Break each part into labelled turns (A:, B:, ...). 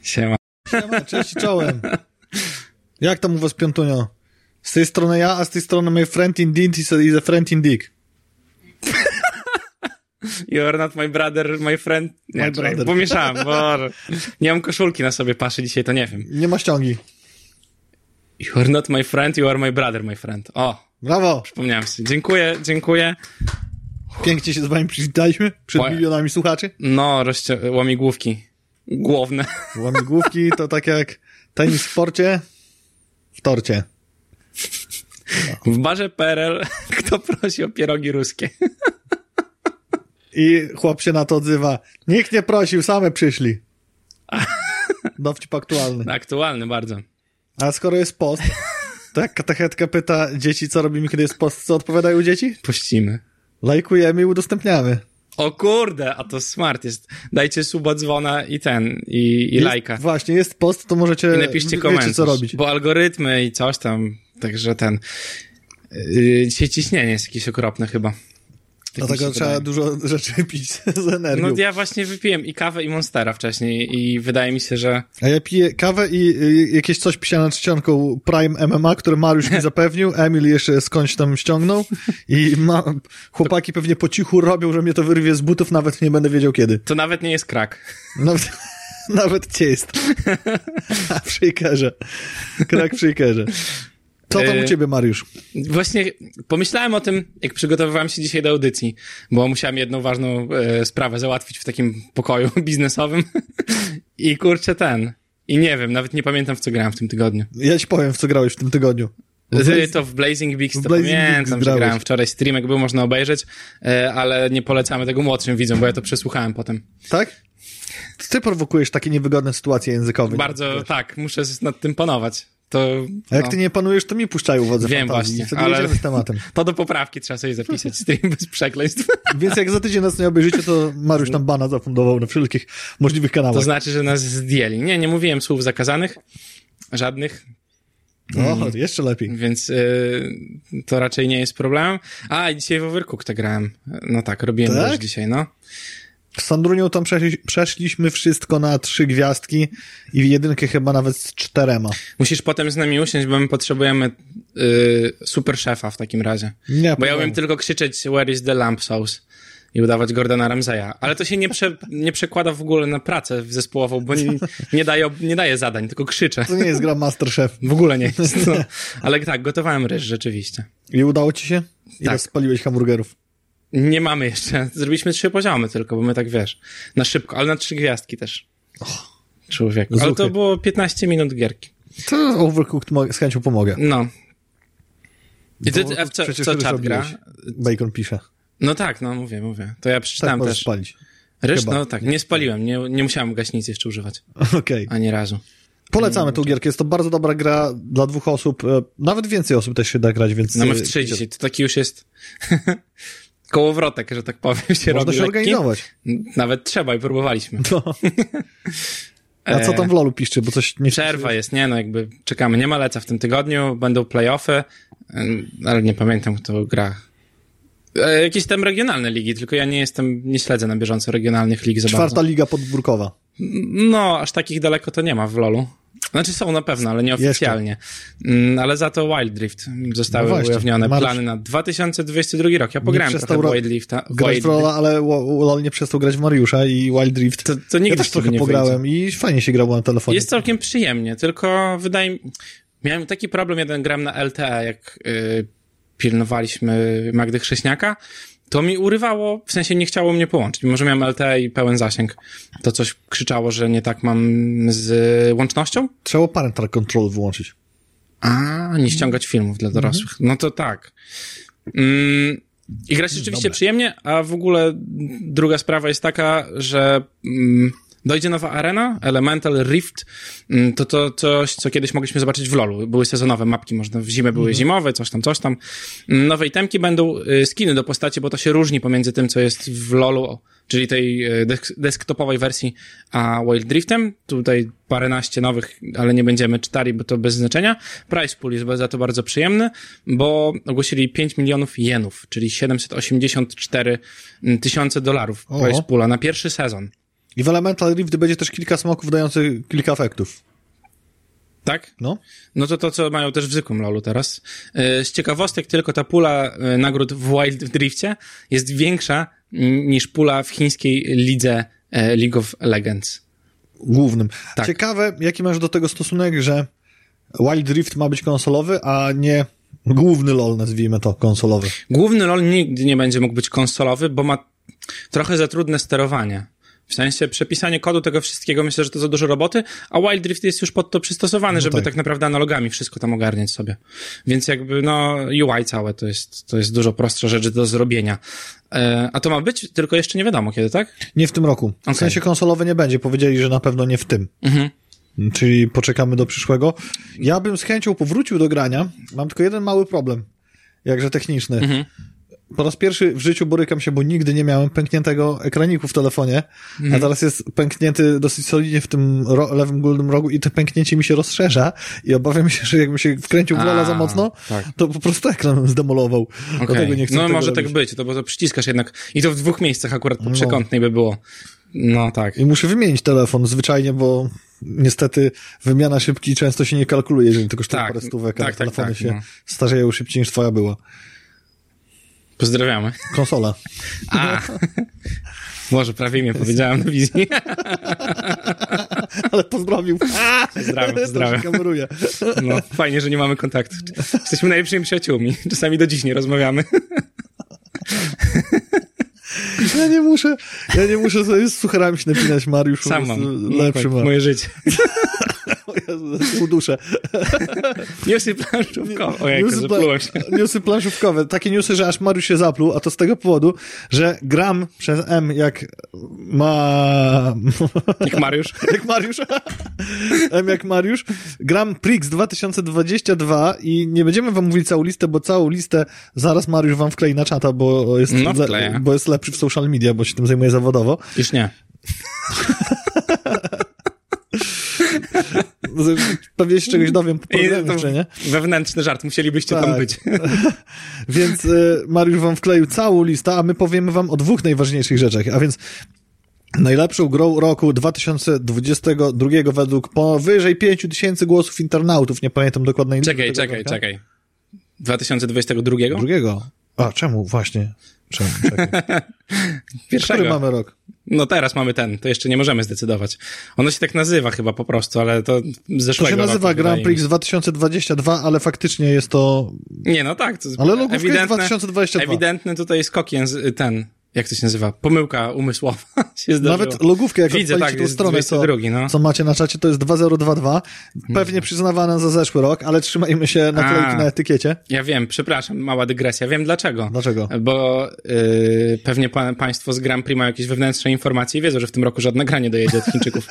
A: Siema.
B: Siema, cześć i czołem. Jak tam u was, Piątunio? Z tej strony ja, a z tej strony my friend indeed is a friend in dick.
A: You are not my brother, my friend. Nie,
B: brother.
A: Pomieszałem, bo nie mam koszulki na sobie paszy dzisiaj, to nie wiem.
B: Nie ma ściągi.
A: You are not my friend, you are my brother, my friend. O,
B: Brawo.
A: przypomniałem sobie. Dziękuję.
B: Pięknie się z wami przywitaliśmy przed milionami słuchaczy.
A: No, łamigłówki. Główne.
B: Łamigłówki to tak jak tenis w sporcie, w torcie.
A: W barze PRL kto prosi o pierogi ruskie?
B: I chłop się na to odzywa. Nikt nie prosił, same przyszli. Dowcip aktualny.
A: Aktualny bardzo.
B: A skoro jest post, to jak katechetka pyta dzieci, co robimy, kiedy jest post, co odpowiadają dzieci?
A: Puścimy.
B: Lajkujemy i udostępniamy.
A: O kurde, a to smart jest. Dajcie suba, dzwona i lajka.
B: Właśnie, jest post, to możecie,
A: I napiszcie komentarz,
B: wiecie, co robić.
A: Bo algorytmy i coś tam, także dzisiaj ciśnienie jest jakieś okropne chyba. Tak
B: Dlatego trzeba dużo rzeczy pić z energią.
A: No ja właśnie wypiłem i kawę i Monstera wcześniej i wydaje mi się, że...
B: A ja piję kawę i jakieś coś pisane czcionką Prime MMA, które Mariusz mi zapewnił, Emil jeszcze skądś tam ściągnął i chłopaki pewnie po cichu robią, że mnie to wyrwie z butów, nawet nie będę wiedział kiedy.
A: To nawet nie jest krak.
B: Nawet cię jest. W shakerze. Krak w shakerze. Co tam u ciebie, Mariusz?
A: Właśnie pomyślałem o tym, jak przygotowywałem się dzisiaj do audycji, bo musiałem jedną ważną sprawę załatwić w takim pokoju biznesowym i kurczę i nie wiem, nawet nie pamiętam, w co grałem w tym tygodniu.
B: Ja ci powiem, w co grałeś w tym tygodniu.
A: To w Blazing Beaks, to pamiętam, że grałem wczoraj, streamek był, można obejrzeć, ale nie polecamy tego młodszym widzom, bo ja to przesłuchałem potem.
B: Tak? Ty prowokujesz takie niewygodne sytuacje językowe.
A: Bardzo, tak, muszę nad tym panować.
B: A jak ty nie panujesz, to mi puszczają wodze fantazji.
A: Wiem właśnie,
B: ale z tematem.
A: To do poprawki trzeba sobie zapisać, stream bez przekleństw.
B: Więc jak za tydzień nas nie obejrzycie, to Mariusz nam bana zafundował na wszelkich możliwych kanałach.
A: To znaczy, że nas zdjęli. Nie mówiłem słów zakazanych, żadnych.
B: Jeszcze lepiej.
A: Więc to raczej nie jest problemem. I dzisiaj w Overcooked grałem. No tak, robiłem też dzisiaj,
B: Z Sandrunią tam przeszliśmy wszystko na 3 gwiazdki i w jedynkę chyba nawet z 4.
A: Musisz potem z nami usiąść, bo my potrzebujemy super szefa w takim razie. Bo ja umiem tylko krzyczeć where is the lamp sauce i udawać Gordona Ramsaya. Ale to się nie przekłada w ogóle na pracę zespołową, bo nie daje zadań, tylko krzyczę.
B: To nie jest gra Masterchef.
A: W ogóle nie jest. No. Ale tak, gotowałem ryż rzeczywiście.
B: I udało ci się? Ile spaliłeś hamburgerów?
A: Nie mamy jeszcze. Zrobiliśmy 3 poziomy tylko, bo my tak wiesz, na szybko, ale na 3 gwiazdki też. Człowieku. Ale to było 15 minut gierki.
B: To Overcooked z chęcią pomogę.
A: No. I co czat gra?
B: Bacon pisze.
A: No tak, mówię. To ja przeczytałem
B: tak
A: też.
B: Spalić.
A: Ryż, nie spaliłem, nie musiałem gaśnicy jeszcze używać.
B: Okej.
A: Ani razu.
B: Polecamy tą gierkę, jest to bardzo dobra gra dla 2 osób, nawet więcej osób też się da grać, więc...
A: No my w 3 dzisiaj, to taki już jest... kołowrotek, że tak powiem, się robi.
B: Można się organizować.
A: Nawet trzeba i próbowaliśmy.
B: A co tam w LoLu piszczy, bo coś nie...
A: Przerwa jest, jakby czekamy. Nie ma leca w tym tygodniu, będą play-offy, ale nie pamiętam, kto gra. Jakieś tam regionalne ligi, tylko ja nie śledzę na bieżąco regionalnych lig za
B: 4.
A: bardzo.
B: liga podwórkowa.
A: No, aż takich daleko to nie ma w LoLu. Znaczy są na pewno, ale nieoficjalnie. Ale za to Wild Rift zostały ujawnione plany na 2022 rok. Ja pograłem trochę w Wild Rifta.
B: Grać w LoLa, ale LoL nie przestał grać w Mariusza i Wild Rift.
A: To nigdy
B: ja też trochę pograłem i fajnie się grało na telefonie.
A: Jest całkiem przyjemnie, tylko miałem taki problem, gram na LTE, jak pilnowaliśmy Magdy Chrześniaka, to mi urywało, w sensie nie chciało mnie połączyć. Mimo że miałem LTE i pełen zasięg, to coś krzyczało, że nie tak mam z łącznością.
B: Trzeba parental control wyłączyć.
A: Nie ściągać filmów dla dorosłych. No to tak. I gra się rzeczywiście przyjemnie, a w ogóle druga sprawa jest taka, że dojdzie nowa arena, Elemental Rift, to coś, co kiedyś mogliśmy zobaczyć w LoLu. Były sezonowe mapki, można w zimę były zimowe, coś tam. Nowe itemki będą, skiny do postaci, bo to się różni pomiędzy tym, co jest w LoLu, czyli tej desktopowej wersji, a Wild Riftem. Tutaj paręnaście nowych, ale nie będziemy czytali, bo to bez znaczenia. Price pool jest za to bardzo przyjemny, bo ogłosili 5 milionów jenów, czyli $784 000 price poola na pierwszy sezon.
B: I w Elemental Rift będzie też kilka smoków dających kilka efektów.
A: Tak?
B: No.
A: No to, co mają też w zwykłym LoLu teraz. Z ciekawostek tylko ta pula nagród w Wild Drifcie jest większa niż pula w chińskiej lidze League of Legends.
B: Głównym.
A: Tak.
B: Ciekawe, jaki masz do tego stosunek, że Wild Rift ma być konsolowy, a nie główny LoL, nazwijmy to, konsolowy.
A: Główny LoL nigdy nie będzie mógł być konsolowy, bo ma trochę za trudne sterowanie. W sensie przepisanie kodu tego wszystkiego, myślę, że to za dużo roboty, a Wild Rift jest już pod to przystosowany, żeby tak naprawdę analogami wszystko tam ogarniać sobie. Więc jakby, UI całe to jest dużo prostsza rzecz do zrobienia. A to ma być, tylko jeszcze nie wiadomo kiedy, tak?
B: Nie w tym roku. W sensie konsolowy nie będzie. Powiedzieli, że na pewno nie w tym. Czyli poczekamy do przyszłego. Ja bym z chęcią powrócił do grania. Mam tylko jeden mały problem. Jakże techniczny. Po raz pierwszy w życiu borykam się, bo nigdy nie miałem pękniętego ekraniku w telefonie, a teraz jest pęknięty dosyć solidnie w tym lewym górnym rogu i to pęknięcie mi się rozszerza i obawiam się, że jakbym się wkręcił w Lola za mocno, to po prostu ekran bym zdemolował. Dlatego nie chcę tego
A: może
B: robić.
A: tak być, bo to przyciskasz jednak i to w 2 miejscach akurat po przekątnej by było. No tak.
B: I muszę wymienić telefon zwyczajnie, bo niestety wymiana szybki często się nie kalkuluje, jeżeli to kosztuje parę stówek, a telefony się starzeją szybciej niż twoja była.
A: Pozdrawiamy.
B: Konsola.
A: Może prawie imię powiedziałem na wizji.
B: Ale pozdrowił.
A: Pozdrawiam.
B: Kameruję.
A: No, fajnie, że nie mamy kontaktu. Jesteśmy najlepszymi przyjaciółmi. Czasami do dziś nie rozmawiamy.
B: Ja nie muszę sobie z sucharami się napinać, Mariusz.
A: Sam mam.
B: Lepszy ma.
A: Moje życie.
B: O Jezu, uduszę.
A: Newsy planszówkowe. Ojej, zaplułem się.
B: Newsy planszówkowe. Takie newsy, że aż Mariusz się zapluł, a to z tego powodu, że gram przez M jak
A: Jak Mariusz.
B: Jak Mariusz. M jak Mariusz. Gram Prix 2022 i nie będziemy wam mówić całą listę, bo całą listę zaraz Mariusz wam wklei na czata, bo jest lepszy w social media, bo się tym zajmuje zawodowo.
A: Już nie.
B: Pewnie się czegoś dowiem po programie, czy nie?
A: Wewnętrzny żart, musielibyście tam być.
B: Więc Mariusz wam wkleił całą listę, a my powiemy wam o 2 najważniejszych rzeczach, a więc najlepszą grą roku 2022 według powyżej 5000 głosów internautów, nie pamiętam dokładnej listy.
A: Czekaj. 2022?
B: Drugiego. A, czemu? Właśnie. Czekaj.
A: Pierwszego.
B: Który mamy rok?
A: No teraz mamy to jeszcze nie możemy zdecydować. Ono się tak nazywa chyba po prostu, ale to zeszłego roku.
B: To się nazywa Grand Prix 2022, ale faktycznie jest to...
A: Nie, no tak. To
B: ale logówka jest 2022.
A: Ewidentny tutaj skok jak to się nazywa? Pomyłka umysłowa się zdarzyła.
B: Nawet logówkę, jak
A: widzę,
B: odpalicie tą stronę, co macie na czacie, to jest 2022. Pewnie przyznawane za zeszły rok, ale trzymajmy się naklejki na etykiecie.
A: Ja wiem, przepraszam, mała dygresja. Wiem dlaczego.
B: Dlaczego?
A: Bo pewnie państwo z Grand Prix mają jakieś wewnętrzne informacje i wiedzą, że w tym roku żadna gra nie dojedzie od Chińczyków.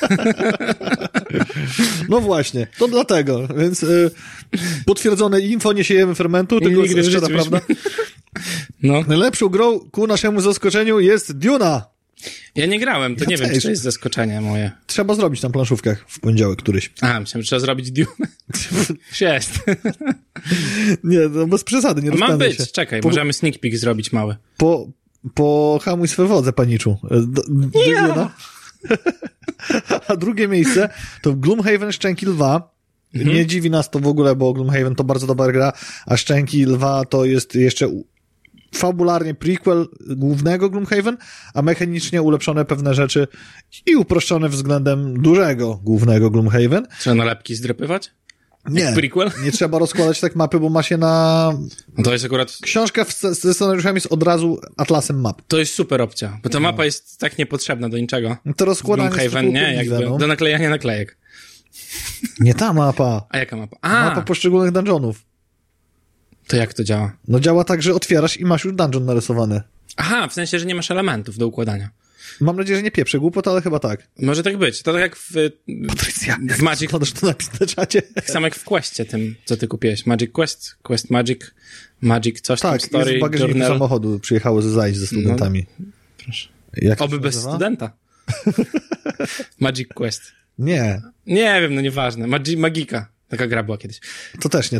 B: No właśnie, to dlatego. Więc potwierdzone info, nie siejemy fermentu, tylko jest szczera prawda.
A: No.
B: Najlepszą grą ku naszemu zaskoczeniu jest Duna.
A: Ja nie grałem, to nie wiem, czy to jest zaskoczenie moje.
B: Trzeba zrobić na planszówkach w poniedziałek któryś.
A: Myślałem, że trzeba zrobić Dune. Jest.
B: Nie, no bez przesady, nie rozpędzę
A: Ma być,
B: się.
A: czekaj, możemy sneak peek zrobić mały.
B: Pohamuj swe wodze, paniczu. Duna. A drugie miejsce to Gloomhaven Szczęki Lwa. Nie dziwi nas to w ogóle, bo Gloomhaven to bardzo dobra gra, a Szczęki Lwa to jest jeszcze fabularnie prequel głównego Gloomhaven, a mechanicznie ulepszone pewne rzeczy i uproszczone względem dużego głównego Gloomhaven.
A: Trzeba nalepki zdrypywać?
B: Nie,
A: prequel?
B: nie trzeba rozkładać tak mapy, bo ma się na...
A: No to jest akurat...
B: Książka ze scenariuszami jest od razu atlasem map.
A: To jest super opcja, bo ta mapa jest tak niepotrzebna do niczego.
B: To rozkładanie
A: Gloomhaven, nie? Jakby do naklejania naklejek.
B: Nie ta mapa.
A: A jaka mapa?
B: Mapa poszczególnych dungeonów.
A: To jak to działa?
B: No działa tak, że otwierasz i masz już dungeon narysowany.
A: Aha, w sensie, że nie masz elementów do układania.
B: Mam nadzieję, że nie pieprzę głupota, ale chyba tak.
A: Może tak być. To tak jak
B: Patrycja,
A: w Magic...
B: Możesz to napisać na czacie.
A: Tak samo jak w Questie tym, co ty kupiłeś. Magic Quest, Quest Magic coś
B: tak,
A: tam, Story,
B: z bagażniku
A: Journal.
B: samochodu przyjechało zajść ze studentami.
A: No, proszę.
B: Jak
A: oby bez studenta. Magic Quest.
B: Nie.
A: Nie wiem, no nieważne. Magika. Taka gra była kiedyś.
B: To też nie to.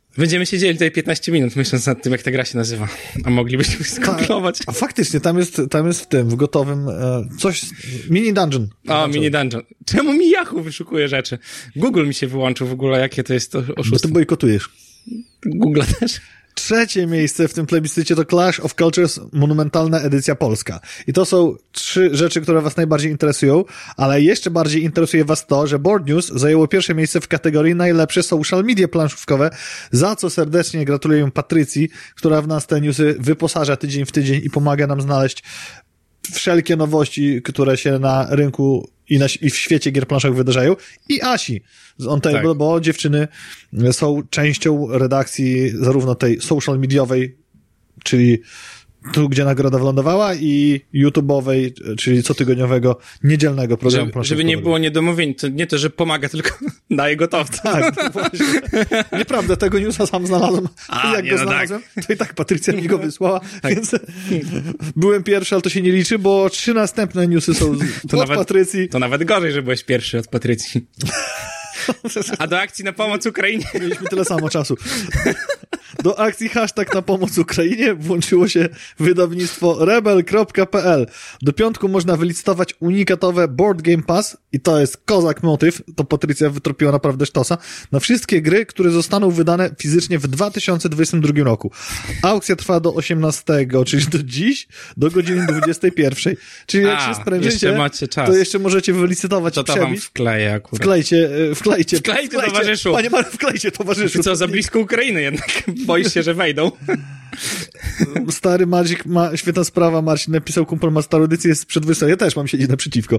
A: Będziemy siedzieli tutaj 15 minut, myśląc nad tym, jak ta gra się nazywa. A moglibyśmy skonklować.
B: A faktycznie, tam jest w gotowym coś, mini dungeon.
A: O, mini dungeon. Czemu mi Yahoo wyszukuje rzeczy? Google mi się wyłączył w ogóle, jakie to jest to oszustwo.
B: Bo ty bojkotujesz.
A: Google też.
B: Trzecie miejsce w tym plebiscycie to Clash of Cultures, monumentalna edycja polska. I to są 3 rzeczy, które was najbardziej interesują, ale jeszcze bardziej interesuje was to, że Board News zajęło pierwsze miejsce w kategorii najlepsze social media planszówkowe, za co serdecznie gratuluję Patrycji, która w nas te newsy wyposaża tydzień w tydzień i pomaga nam znaleźć wszelkie nowości, które się na rynku i w świecie gier planszowych wydarzają, i Asi z On Table, tak. Bo dziewczyny są częścią redakcji zarówno tej social mediowej, czyli tu, gdzie nagroda wylądowała, i YouTube'owej, czyli cotygodniowego, niedzielnego programu planszówkowego.
A: Żeby nie było niedomówień, to nie to, że pomaga, tylko daje gotowca.
B: Tak, właśnie. Nieprawda, tego newsa sam znalazłem. Jak go znalazłem, tak. To i tak Patrycja mi go wysłała, tak. Więc byłem pierwszy, ale to się nie liczy, bo 3 następne newsy są od Patrycji.
A: To nawet gorzej, że byłeś pierwszy od Patrycji. A do akcji na pomoc Ukrainie?
B: Mieliśmy tyle samo czasu. Do akcji hashtag na pomoc Ukrainie włączyło się wydawnictwo rebel.pl. Do piątku można wylicytować unikatowe Board Game Pass, i to jest kozak motyw, to Patrycja wytropiła naprawdę sztosa, na wszystkie gry, które zostaną wydane fizycznie w 2022 roku. Aukcja trwa do 18, czyli do dziś, do godziny 21. Czyli jak się sprężycie,
A: macie czas.
B: To jeszcze możecie wylicytować
A: to wam wkleję akurat.
B: Wklejcie,
A: towarzyszu.
B: Panie Marek, wklejcie, towarzyszu.
A: Ty co, za blisko Ukrainy jednak. Boisz się, że wejdą.
B: Stary Marcin ma, świetna sprawa, Marcin napisał, kumpel ma starą edycję, jest przed wystawą. Ja też mam siedzieć naprzeciwko.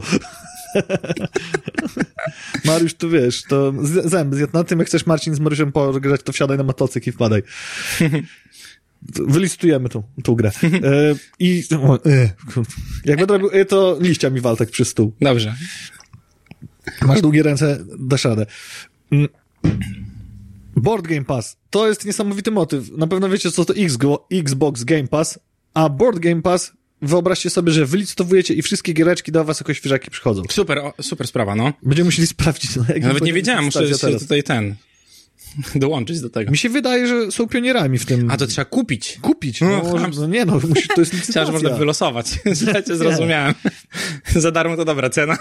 B: Mariusz, tu wiesz, to zęby zjadł na tym, jak chcesz Marcin z Mariuszem pograć, to wsiadaj na motocykl i wpadaj. Wylicytujemy tą grę. Jak będę robił to liścia mi wal tak przy stół.
A: Dobrze.
B: Masz długie ręce, dasz radę. Board Game Pass. To jest niesamowity motyw. Na pewno wiecie, co to Xbox Game Pass, a Board Game Pass, wyobraźcie sobie, że wylicytowujecie i wszystkie giereczki do was jako świeżaki przychodzą.
A: Super sprawa, no.
B: Będziemy musieli sprawdzić. No,
A: nawet nie wiedziałem, muszę się tutaj dołączyć do tego.
B: Mi się wydaje, że są pionierami w tym.
A: A to trzeba kupić.
B: To jest licytacja.
A: Myślałem, że można wylosować. Źle cię zrozumiałem. Za darmo to dobra cena.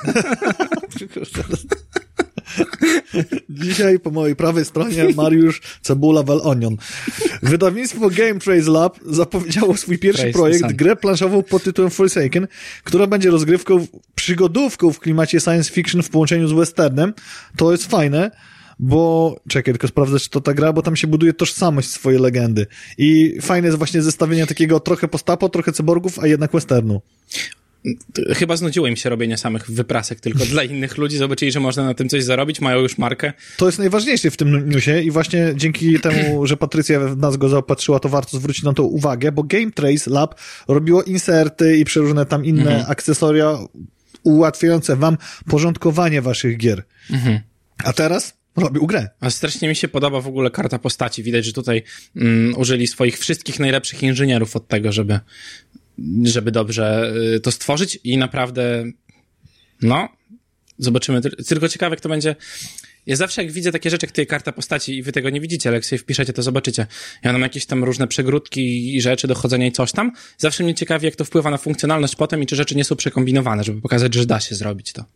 B: Dzisiaj po mojej prawej stronie Mariusz Cebula Well Onion. Wydawnictwo Game Trace Lab zapowiedziało swój pierwszy projekt, grę planszową pod tytułem Forsaken, która będzie przygodówką w klimacie science fiction w połączeniu z westernem. To jest fajne, bo czekaj, tylko sprawdzę, czy to ta gra, bo tam się buduje tożsamość swojej legendy. I fajne jest właśnie zestawienie takiego trochę postapo, trochę cyborgów, a jednak westernu.
A: Chyba znudziło im się robienie samych wyprasek tylko dla innych ludzi. Zobaczyli, że można na tym coś zarobić, mają już markę.
B: To jest najważniejsze w tym newsie i właśnie dzięki temu, że Patrycja w nas go zaopatrzyła, to warto zwrócić na to uwagę, bo Game Trace Lab robiło inserty i przeróżne tam inne akcesoria ułatwiające wam porządkowanie waszych gier. A teraz robił grę.
A: A strasznie mi się podoba w ogóle karta postaci. Widać, że tutaj użyli swoich wszystkich najlepszych inżynierów od tego, żeby dobrze to stworzyć i naprawdę, no, zobaczymy. Tylko ciekawe, jak to będzie. Ja zawsze jak widzę takie rzeczy, jak tutaj karta postaci i wy tego nie widzicie, ale jak sobie wpiszecie, to zobaczycie. Ja mam jakieś tam różne przegródki i rzeczy, dochodzenia i coś tam. Zawsze mnie ciekawi, jak to wpływa na funkcjonalność potem i czy rzeczy nie są przekombinowane, żeby pokazać, że da się zrobić to.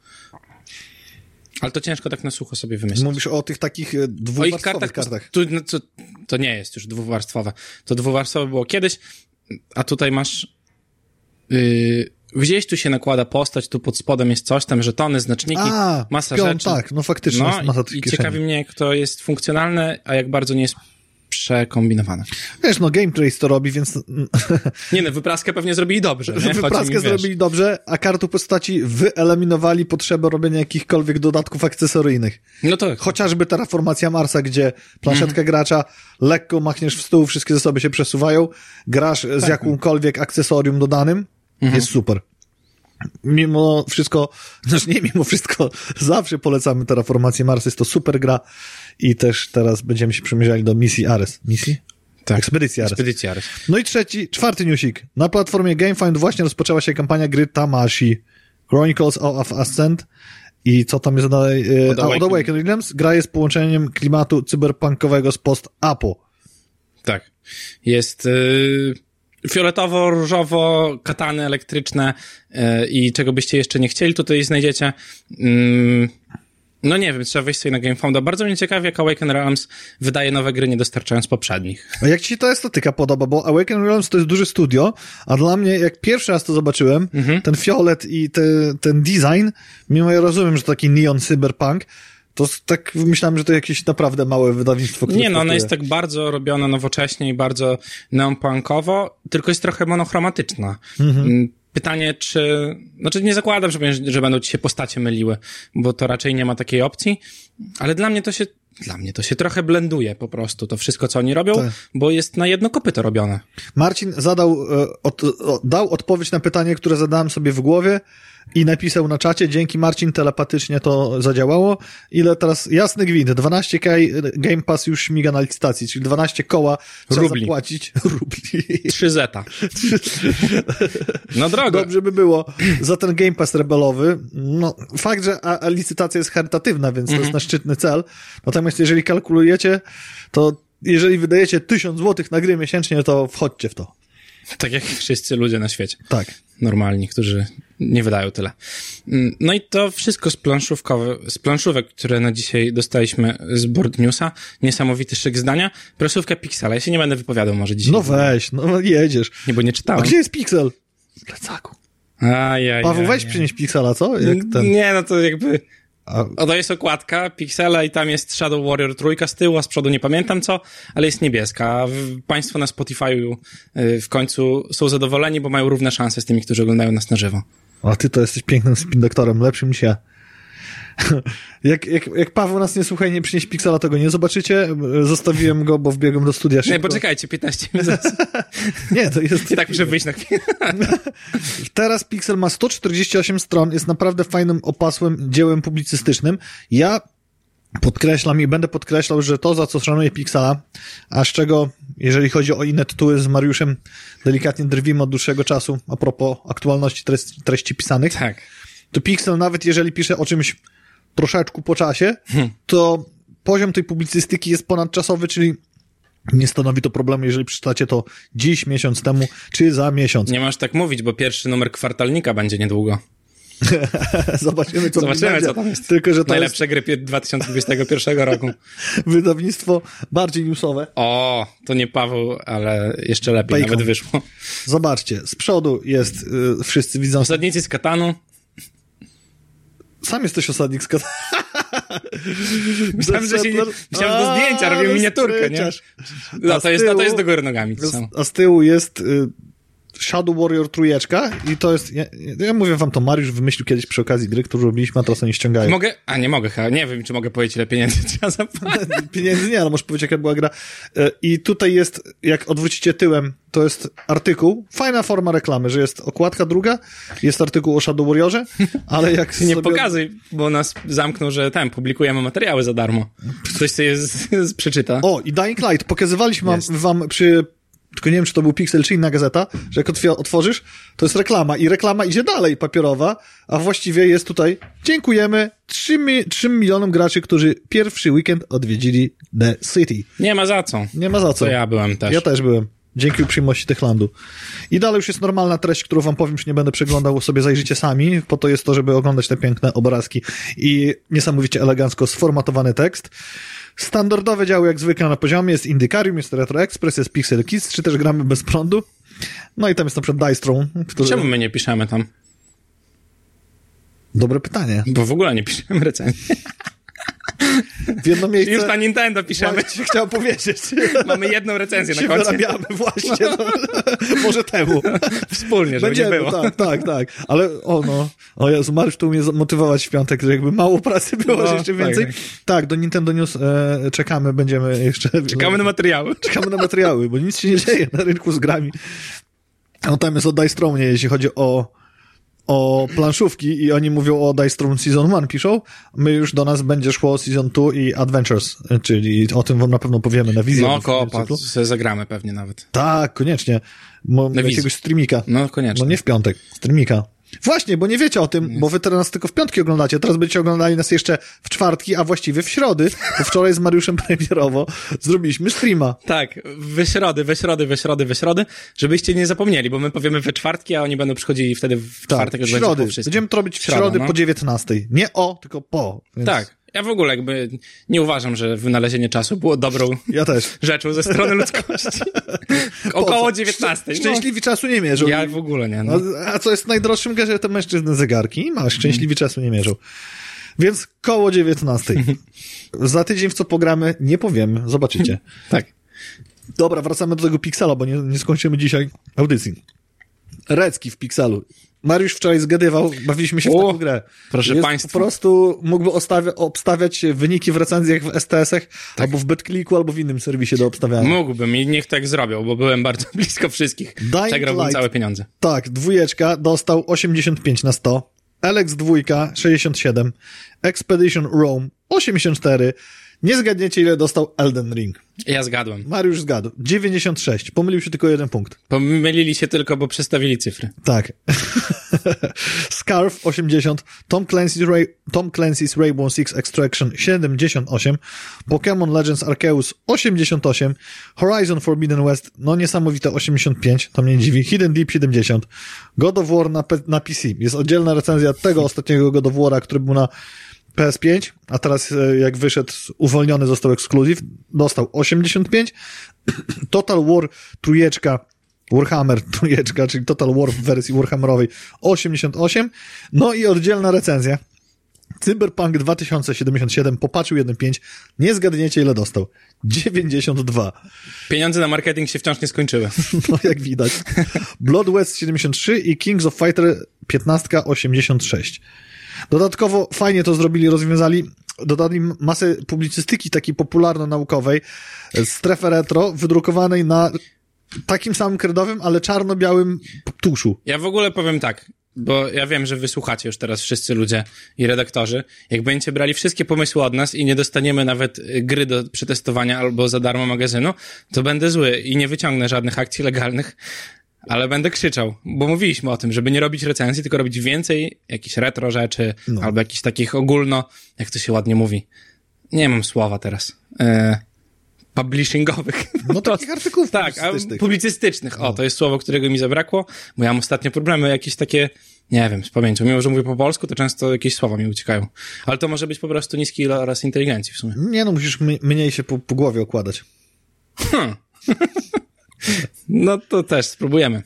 A: Ale to ciężko tak na sucho sobie wymyślić.
B: Mówisz o tych takich dwuwarstwowych kartach.
A: To nie jest już dwuwarstwowe. To dwuwarstwowe było kiedyś, a tutaj masz gdzieś tu się nakłada postać, tu pod spodem jest coś tam, żetony, znaczniki, masa rzeczy.
B: Tak, no faktycznie.
A: No, masa i ciekawi mnie, jak to jest funkcjonalne, a jak bardzo nie jest przekombinowane.
B: Wiesz, no Game Trace to robi, więc...
A: Nie no, wypraskę pewnie zrobili dobrze.
B: Wypraskę zrobili dobrze, a kartu postaci wyeliminowali potrzebę robienia jakichkolwiek dodatków akcesoryjnych.
A: No to...
B: Chociażby Terraformacja Marsa, gdzie planszetka gracza, lekko machniesz w stół, wszystkie zasoby się przesuwają, grasz z jakimkolwiek akcesorium dodanym, jest super. Mimo wszystko, zawsze polecamy Terraformację Marsa, jest to super gra i też teraz będziemy się przemierzali do misji Ares. Misji?
A: Tak.
B: Ekspedycji Ares. No i czwarty newsik. Na platformie GameFind właśnie rozpoczęła się kampania gry Tamashii Chronicles of Ascent. I co tam jest dalej? Od Awaken Realms. Gra jest połączeniem klimatu cyberpunkowego z post-apo.
A: Tak. Jest fioletowo, różowo, katany elektryczne i czego byście jeszcze nie chcieli, tutaj znajdziecie. No nie wiem, trzeba wejść sobie na GameFounda. Bardzo mnie ciekawi, jak Awaken Realms wydaje nowe gry, nie dostarczając poprzednich.
B: A jak ci się ta estetyka podoba? Bo Awaken Realms to jest duże studio, a dla mnie, jak pierwszy raz to zobaczyłem, ten fiolet i ten design, mimo ja rozumiem, że taki neon cyberpunk, to tak myślałem, że to jakieś naprawdę małe wydawnictwo, które...
A: Nie, no ona jest tak bardzo robiona nowocześnie i bardzo neonpunkowo, tylko jest trochę monochromatyczna. Pytanie, znaczy nie zakładam, że będą ci się postacie myliły, bo to raczej nie ma takiej opcji, ale dla mnie to się trochę blenduje po prostu, to wszystko, co oni robią, bo jest na jedno kopyto robione.
B: Marcin dał odpowiedź na pytanie, które zadałem sobie w głowie i napisał na czacie, dzięki Marcin, telepatycznie to zadziałało. Ile teraz? Jasny gwint, 12K Game Pass już śmiga na licytacji, czyli 12 koła trzeba zapłacić. Rubli.
A: 3 zeta. No drogo.
B: Dobrze by było za ten Game Pass rebelowy. No, fakt, że licytacja jest charytatywna, więc to jest nasz szczytny cel. Natomiast jeżeli kalkulujecie, to jeżeli wydajecie 1000 złotych na gry miesięcznie, to wchodźcie w to.
A: Tak jak wszyscy ludzie na świecie.
B: Tak.
A: Normalni, którzy nie wydają tyle. No i to wszystko z planszówek, które na dzisiaj dostaliśmy z Board Newsa. Niesamowity szyk zdania. Planszówka Pixela. Ja się nie będę wypowiadał może dzisiaj.
B: No weź, no jedziesz.
A: Nie, bo nie czytałem.
B: A gdzie jest Pixel? W plecaku. Paweł, weź przynieś Pixela, co? Jak ten...
A: Nie, no to jakby... To jest okładka Pixela i tam jest Shadow Warrior 3 z tyłu, a z przodu nie pamiętam co, ale jest niebieska. Państwo na Spotify'u w końcu są zadowoleni, bo mają równe szanse z tymi, którzy oglądają nas na żywo.
B: A ty to jesteś pięknym spin doktorem, lepszym niż ja. Jak Paweł nas nie słucha i nie przyniesie Pixela, to go nie zobaczycie. Zostawiłem go, bo wbiegłem do studia szybko.
A: Nie, poczekajcie, 15 minut.
B: Nie, to jest...
A: I tak muszę wyjść na chwilę.
B: Teraz Pixel ma 148 stron, jest naprawdę fajnym, opasłym dziełem publicystycznym. Ja podkreślam i będę podkreślał, że to, za co szanuję Pixela, a z czego, jeżeli chodzi o inne tytuły z Mariuszem, delikatnie drwimy od dłuższego czasu, a propos aktualności treści pisanych,
A: tak.
B: To Pixel, nawet jeżeli pisze o czymś troszeczkę po czasie, to poziom tej publicystyki jest ponadczasowy, czyli nie stanowi to problemu, jeżeli przeczytacie to dziś, miesiąc temu, czy za miesiąc.
A: Nie możesz tak mówić, bo pierwszy numer kwartalnika będzie niedługo.
B: Zobaczymy, co
A: tam jest.
B: Tylko, że to
A: najlepsze gry 2021 roku.
B: Wydawnictwo bardziej newsowe.
A: O, to nie Paweł, ale jeszcze lepiej
B: Bacon.
A: nawet wyszło.
B: Zobaczcie, z przodu jest, wszyscy widzą...
A: Osadnicy z Katanu.
B: Sam jesteś osadnik z Katanu.
A: Myślałem, do zdjęcia, robię miniaturkę, nie? No, to jest do góry nogami.
B: A z tyłu jest Shadow Warrior 3 i to jest, ja mówię wam to, Mariusz wymyślił kiedyś przy okazji gry, którą robiliśmy, a teraz oni ściągają.
A: Mogę? A nie mogę, nie wiem, czy mogę powiedzieć, ile pieniędzy trzeba zapłacić.
B: Pieniędzy nie, ale możesz powiedzieć, jaka była gra. I tutaj jest, jak odwrócicie tyłem, to jest artykuł, fajna forma reklamy, że jest okładka druga, jest artykuł o Shadow Warriorze, ale jak
A: nie pokazuj, bo nas zamkną, że publikujemy materiały za darmo. Ktoś sobie przeczyta.
B: O, i Dying Light, pokazywaliśmy wam przy... Tylko nie wiem, czy to był Pixel, czy inna gazeta, że jak otworzysz, to jest reklama i reklama idzie dalej, papierowa, a właściwie jest tutaj, dziękujemy 3 milionom graczy, którzy pierwszy weekend odwiedzili The City.
A: Nie ma za co.
B: Nie ma za co.
A: To ja byłem też.
B: Ja też byłem. Dzięki uprzejmości Techlandu. I dalej już jest normalna treść, którą wam powiem, że nie będę przeglądał, sobie zajrzyjcie sami, po to jest to, żeby oglądać te piękne obrazki i niesamowicie elegancko sformatowany tekst. Standardowe działy jak zwykle na poziomie, jest Indykarium, jest Retro Express, jest Pixel Kids, czy też gramy bez prądu. No i tam jest na przykład Dice Throne.
A: Czemu my nie piszemy tam?
B: Dobre pytanie.
A: Bo w ogóle nie piszemy recenzji.
B: W jedno miejsce...
A: Już na Nintendo piszemy.
B: Właśnie chciałem powiedzieć.
A: Mamy jedną recenzję na końcu.
B: Wyrabiamy właśnie. No. Może temu.
A: Wspólnie, żeby nie było.
B: Tak. Ale o Jezu, Mariusz tu mnie motywować w piątek, że jakby mało pracy było, że jeszcze więcej. Tak, do Nintendo News czekamy, będziemy jeszcze...
A: Czekamy na materiały.
B: Czekamy na materiały, bo nic się nie dzieje na rynku z grami. No tam jest o Dice Throne, jeśli chodzi o planszówki i oni mówią o Dice Throne Season 1 piszą, my już do nas będzie szło Season 2 i Adventures, czyli o tym wam na pewno powiemy na wizji.
A: No koopa, zagramy pewnie nawet.
B: Tak, koniecznie. Jakiegoś streamika.
A: No koniecznie.
B: No nie w piątek, streamika. Właśnie, bo nie wiecie o tym, bo wy teraz nas tylko w piątki oglądacie, teraz będziecie oglądali nas jeszcze w czwartki, a właściwie w środy, bo wczoraj z Mariuszem premierowo zrobiliśmy streama.
A: Tak, we środy, żebyście nie zapomnieli, bo my powiemy we czwartki, a oni będą przychodzili wtedy w czwartek.
B: Tak, w środy. Będziemy to robić w środy po 19. Nie o, tylko po. Więc...
A: Tak. Ja w ogóle jakby nie uważam, że wynalezienie czasu było dobrą rzeczą ze strony ludzkości. Około 19.
B: Szczęśliwi czasu nie mierzą.
A: Ja w ogóle nie. No.
B: A co jest najdroższym gadżetem mężczyzny? Zegarki. Masz, szczęśliwi czasu nie mierzą. Więc koło 19. Za tydzień w co pogramy, nie powiemy. Zobaczycie.
A: Tak.
B: Dobra, wracamy do tego Pixela, bo nie skończymy dzisiaj audycji. Recki w Pixelu. Mariusz wczoraj zgadywał, bawiliśmy się w taką grę.
A: Proszę państwa.
B: Po prostu mógłby obstawiać wyniki w recenzjach w STS-ach, albo w BetClicku, albo w innym serwisie do obstawiania.
A: Mógłbym i niech tak zrobią, bo byłem bardzo blisko wszystkich. Przegrałbym całe pieniądze.
B: Tak, 2 dostał 85 na 100, Alex 2 67, Expedition Rome 84, nie zgadniecie ile dostał Elden Ring.
A: Ja zgadłem.
B: Mariusz zgadł. 96. Pomylił się tylko 1 punkt.
A: Pomylili się tylko, bo przestawili cyfry.
B: Tak. Scarf 80, Tom Clancy's Rainbow Six Extraction 78, Pokémon Legends Arceus 88, Horizon Forbidden West, no niesamowite 85, to mnie dziwi, Hidden Deep 70, God of War na PC. Jest oddzielna recenzja tego ostatniego God of War'a, który był na PS5, a teraz jak wyszedł, uwolniony został ekskluzyw, dostał 85, Total War trójeczka, Warhammer trójeczka, czyli Total War w wersji Warhammerowej 88, no i oddzielna recenzja. Cyberpunk 2077 popatrzył 1.5, nie zgadniecie ile dostał. 92.
A: Pieniądze na marketing się wciąż nie skończyły.
B: No jak widać. Blood West 73 i Kings of Fighter 15 86. Dodatkowo fajnie to zrobili, rozwiązali, dodali masę publicystyki takiej popularno-naukowej, strefę retro, wydrukowanej na takim samym kredowym, ale czarno-białym tuszu.
A: Ja w ogóle powiem tak, bo ja wiem, że wysłuchacie już teraz wszyscy ludzie i redaktorzy. Jak będziecie brali wszystkie pomysły od nas i nie dostaniemy nawet gry do przetestowania albo za darmo magazynu, to będę zły i nie wyciągnę żadnych akcji legalnych. Ale będę krzyczał, bo mówiliśmy o tym, żeby nie robić recenzji, tylko robić więcej jakichś retro rzeczy, albo jakichś takich ogólno, jak to się ładnie mówi. Nie mam słowa teraz. Publishingowych.
B: No takich artykułów
A: publicystycznych. Publicystycznych. O, to jest słowo, którego mi zabrakło, bo ja mam ostatnio problemy jakieś takie, nie wiem, z pamięcią. Mimo, że mówię po polsku, to często jakieś słowa mi uciekają. Ale to może być po prostu niski iloraz inteligencji w sumie.
B: Nie no, musisz mniej się po głowie okładać.
A: No to też spróbujemy.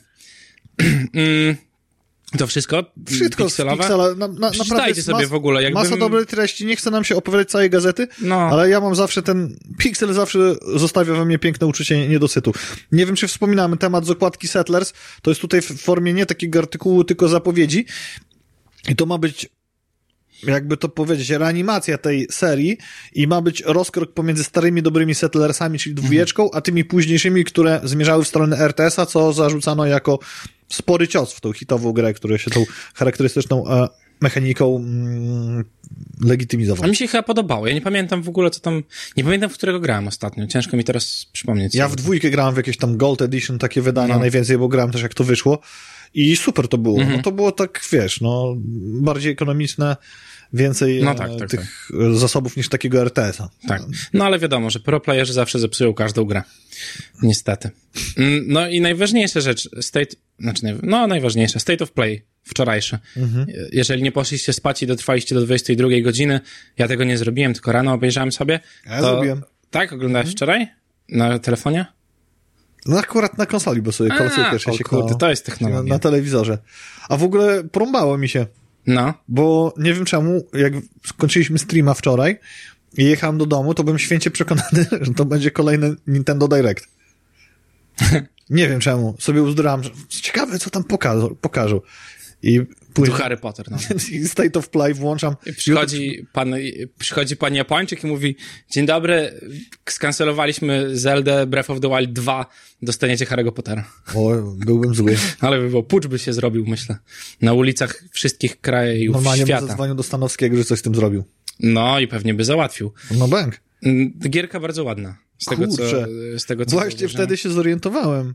A: To wszystko?
B: Wszystko
A: pikselowe?
B: z Pixela.
A: Przeczytajcie sobie w ogóle.
B: Masa dobrej treści, nie chcę nam się opowiadać całej gazety, ale ja mam zawsze Pixel zawsze zostawia we mnie piękne uczucie niedosytu. Nie wiem, czy wspominamy temat z okładki Settlers, to jest tutaj w formie nie takiego artykułu, tylko zapowiedzi i to ma być, jakby to powiedzieć, reanimacja tej serii i ma być rozkrok pomiędzy starymi, dobrymi Settlersami, czyli 2, a tymi późniejszymi, które zmierzały w stronę RTS-a, co zarzucano jako spory cios w tą hitową grę, która się tą charakterystyczną mechaniką legitymizował.
A: A mi się chyba podobało. Ja nie pamiętam w ogóle, co tam... Nie pamiętam, w którego grałem ostatnio. Ciężko mi teraz przypomnieć.
B: Ja w 2 grałem w jakieś tam Gold Edition, takie wydania najwięcej, bo grałem też jak to wyszło. I super to było. No to było tak, wiesz, bardziej ekonomiczne, więcej tych zasobów niż takiego RTS-a.
A: Tak. No ale wiadomo, że pro-playerzy zawsze zepsują każdą grę. Niestety. No i najważniejsza rzecz, najważniejsza, State of Play wczorajsze. Jeżeli nie poszliście spać i dotrwaliście do 22 godziny, ja tego nie zrobiłem, tylko rano obejrzałem sobie.
B: Ja zrobiłem.
A: Tak? Oglądałeś wczoraj? Na telefonie?
B: No akurat na konsoli, bo sobie kolację pierwsze się kłało.
A: To jest technologia.
B: Na telewizorze. A w ogóle porąbało mi się.
A: No.
B: Bo nie wiem czemu, jak skończyliśmy streama wczoraj i jechałem do domu, to byłem święcie przekonany, że to będzie kolejny Nintendo Direct. Nie wiem czemu. Sobie uzdurałem, że ciekawe, co tam pokażą. I później...
A: Tu Harry Potter, no.
B: State of Play włączam.
A: Przychodzi pan Japończyk i mówi: dzień dobry, skancelowaliśmy Zelda Breath of the Wild 2, dostaniecie Harry'ego Pottera.
B: O, byłbym zły.
A: Ale by było, pucz by się zrobił, myślę. Na ulicach wszystkich krajów
B: normalnie
A: świata.
B: Normalnie bym zadzwonił do Stanowskiego, że coś z tym zrobił.
A: No i pewnie by załatwił.
B: No bank.
A: Gierka bardzo ładna. Z tego, co
B: właśnie wtedy się zorientowałem,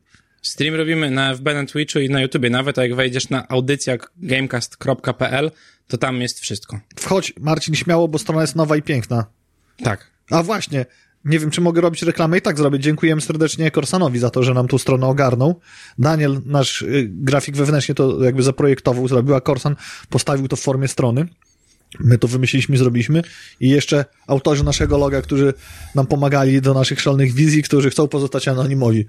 A: Stream robimy na FB, na Twitchu i na YouTubie. Nawet jak wejdziesz na audycja.gamecast.pl, to tam jest wszystko.
B: Wchodź, Marcin, śmiało, bo strona jest nowa i piękna.
A: Tak.
B: A właśnie, nie wiem, czy mogę robić reklamę, i tak zrobię. Dziękujemy serdecznie Corsanowi za to, że nam tu stronę ogarnął. Daniel, nasz grafik wewnętrznie to jakby zaprojektował, zrobił, a Corsan postawił to w formie strony. My to wymyśliliśmy, zrobiliśmy. I jeszcze autorzy naszego loga, którzy nam pomagali do naszych szalonych wizji, którzy chcą pozostać anonimowi,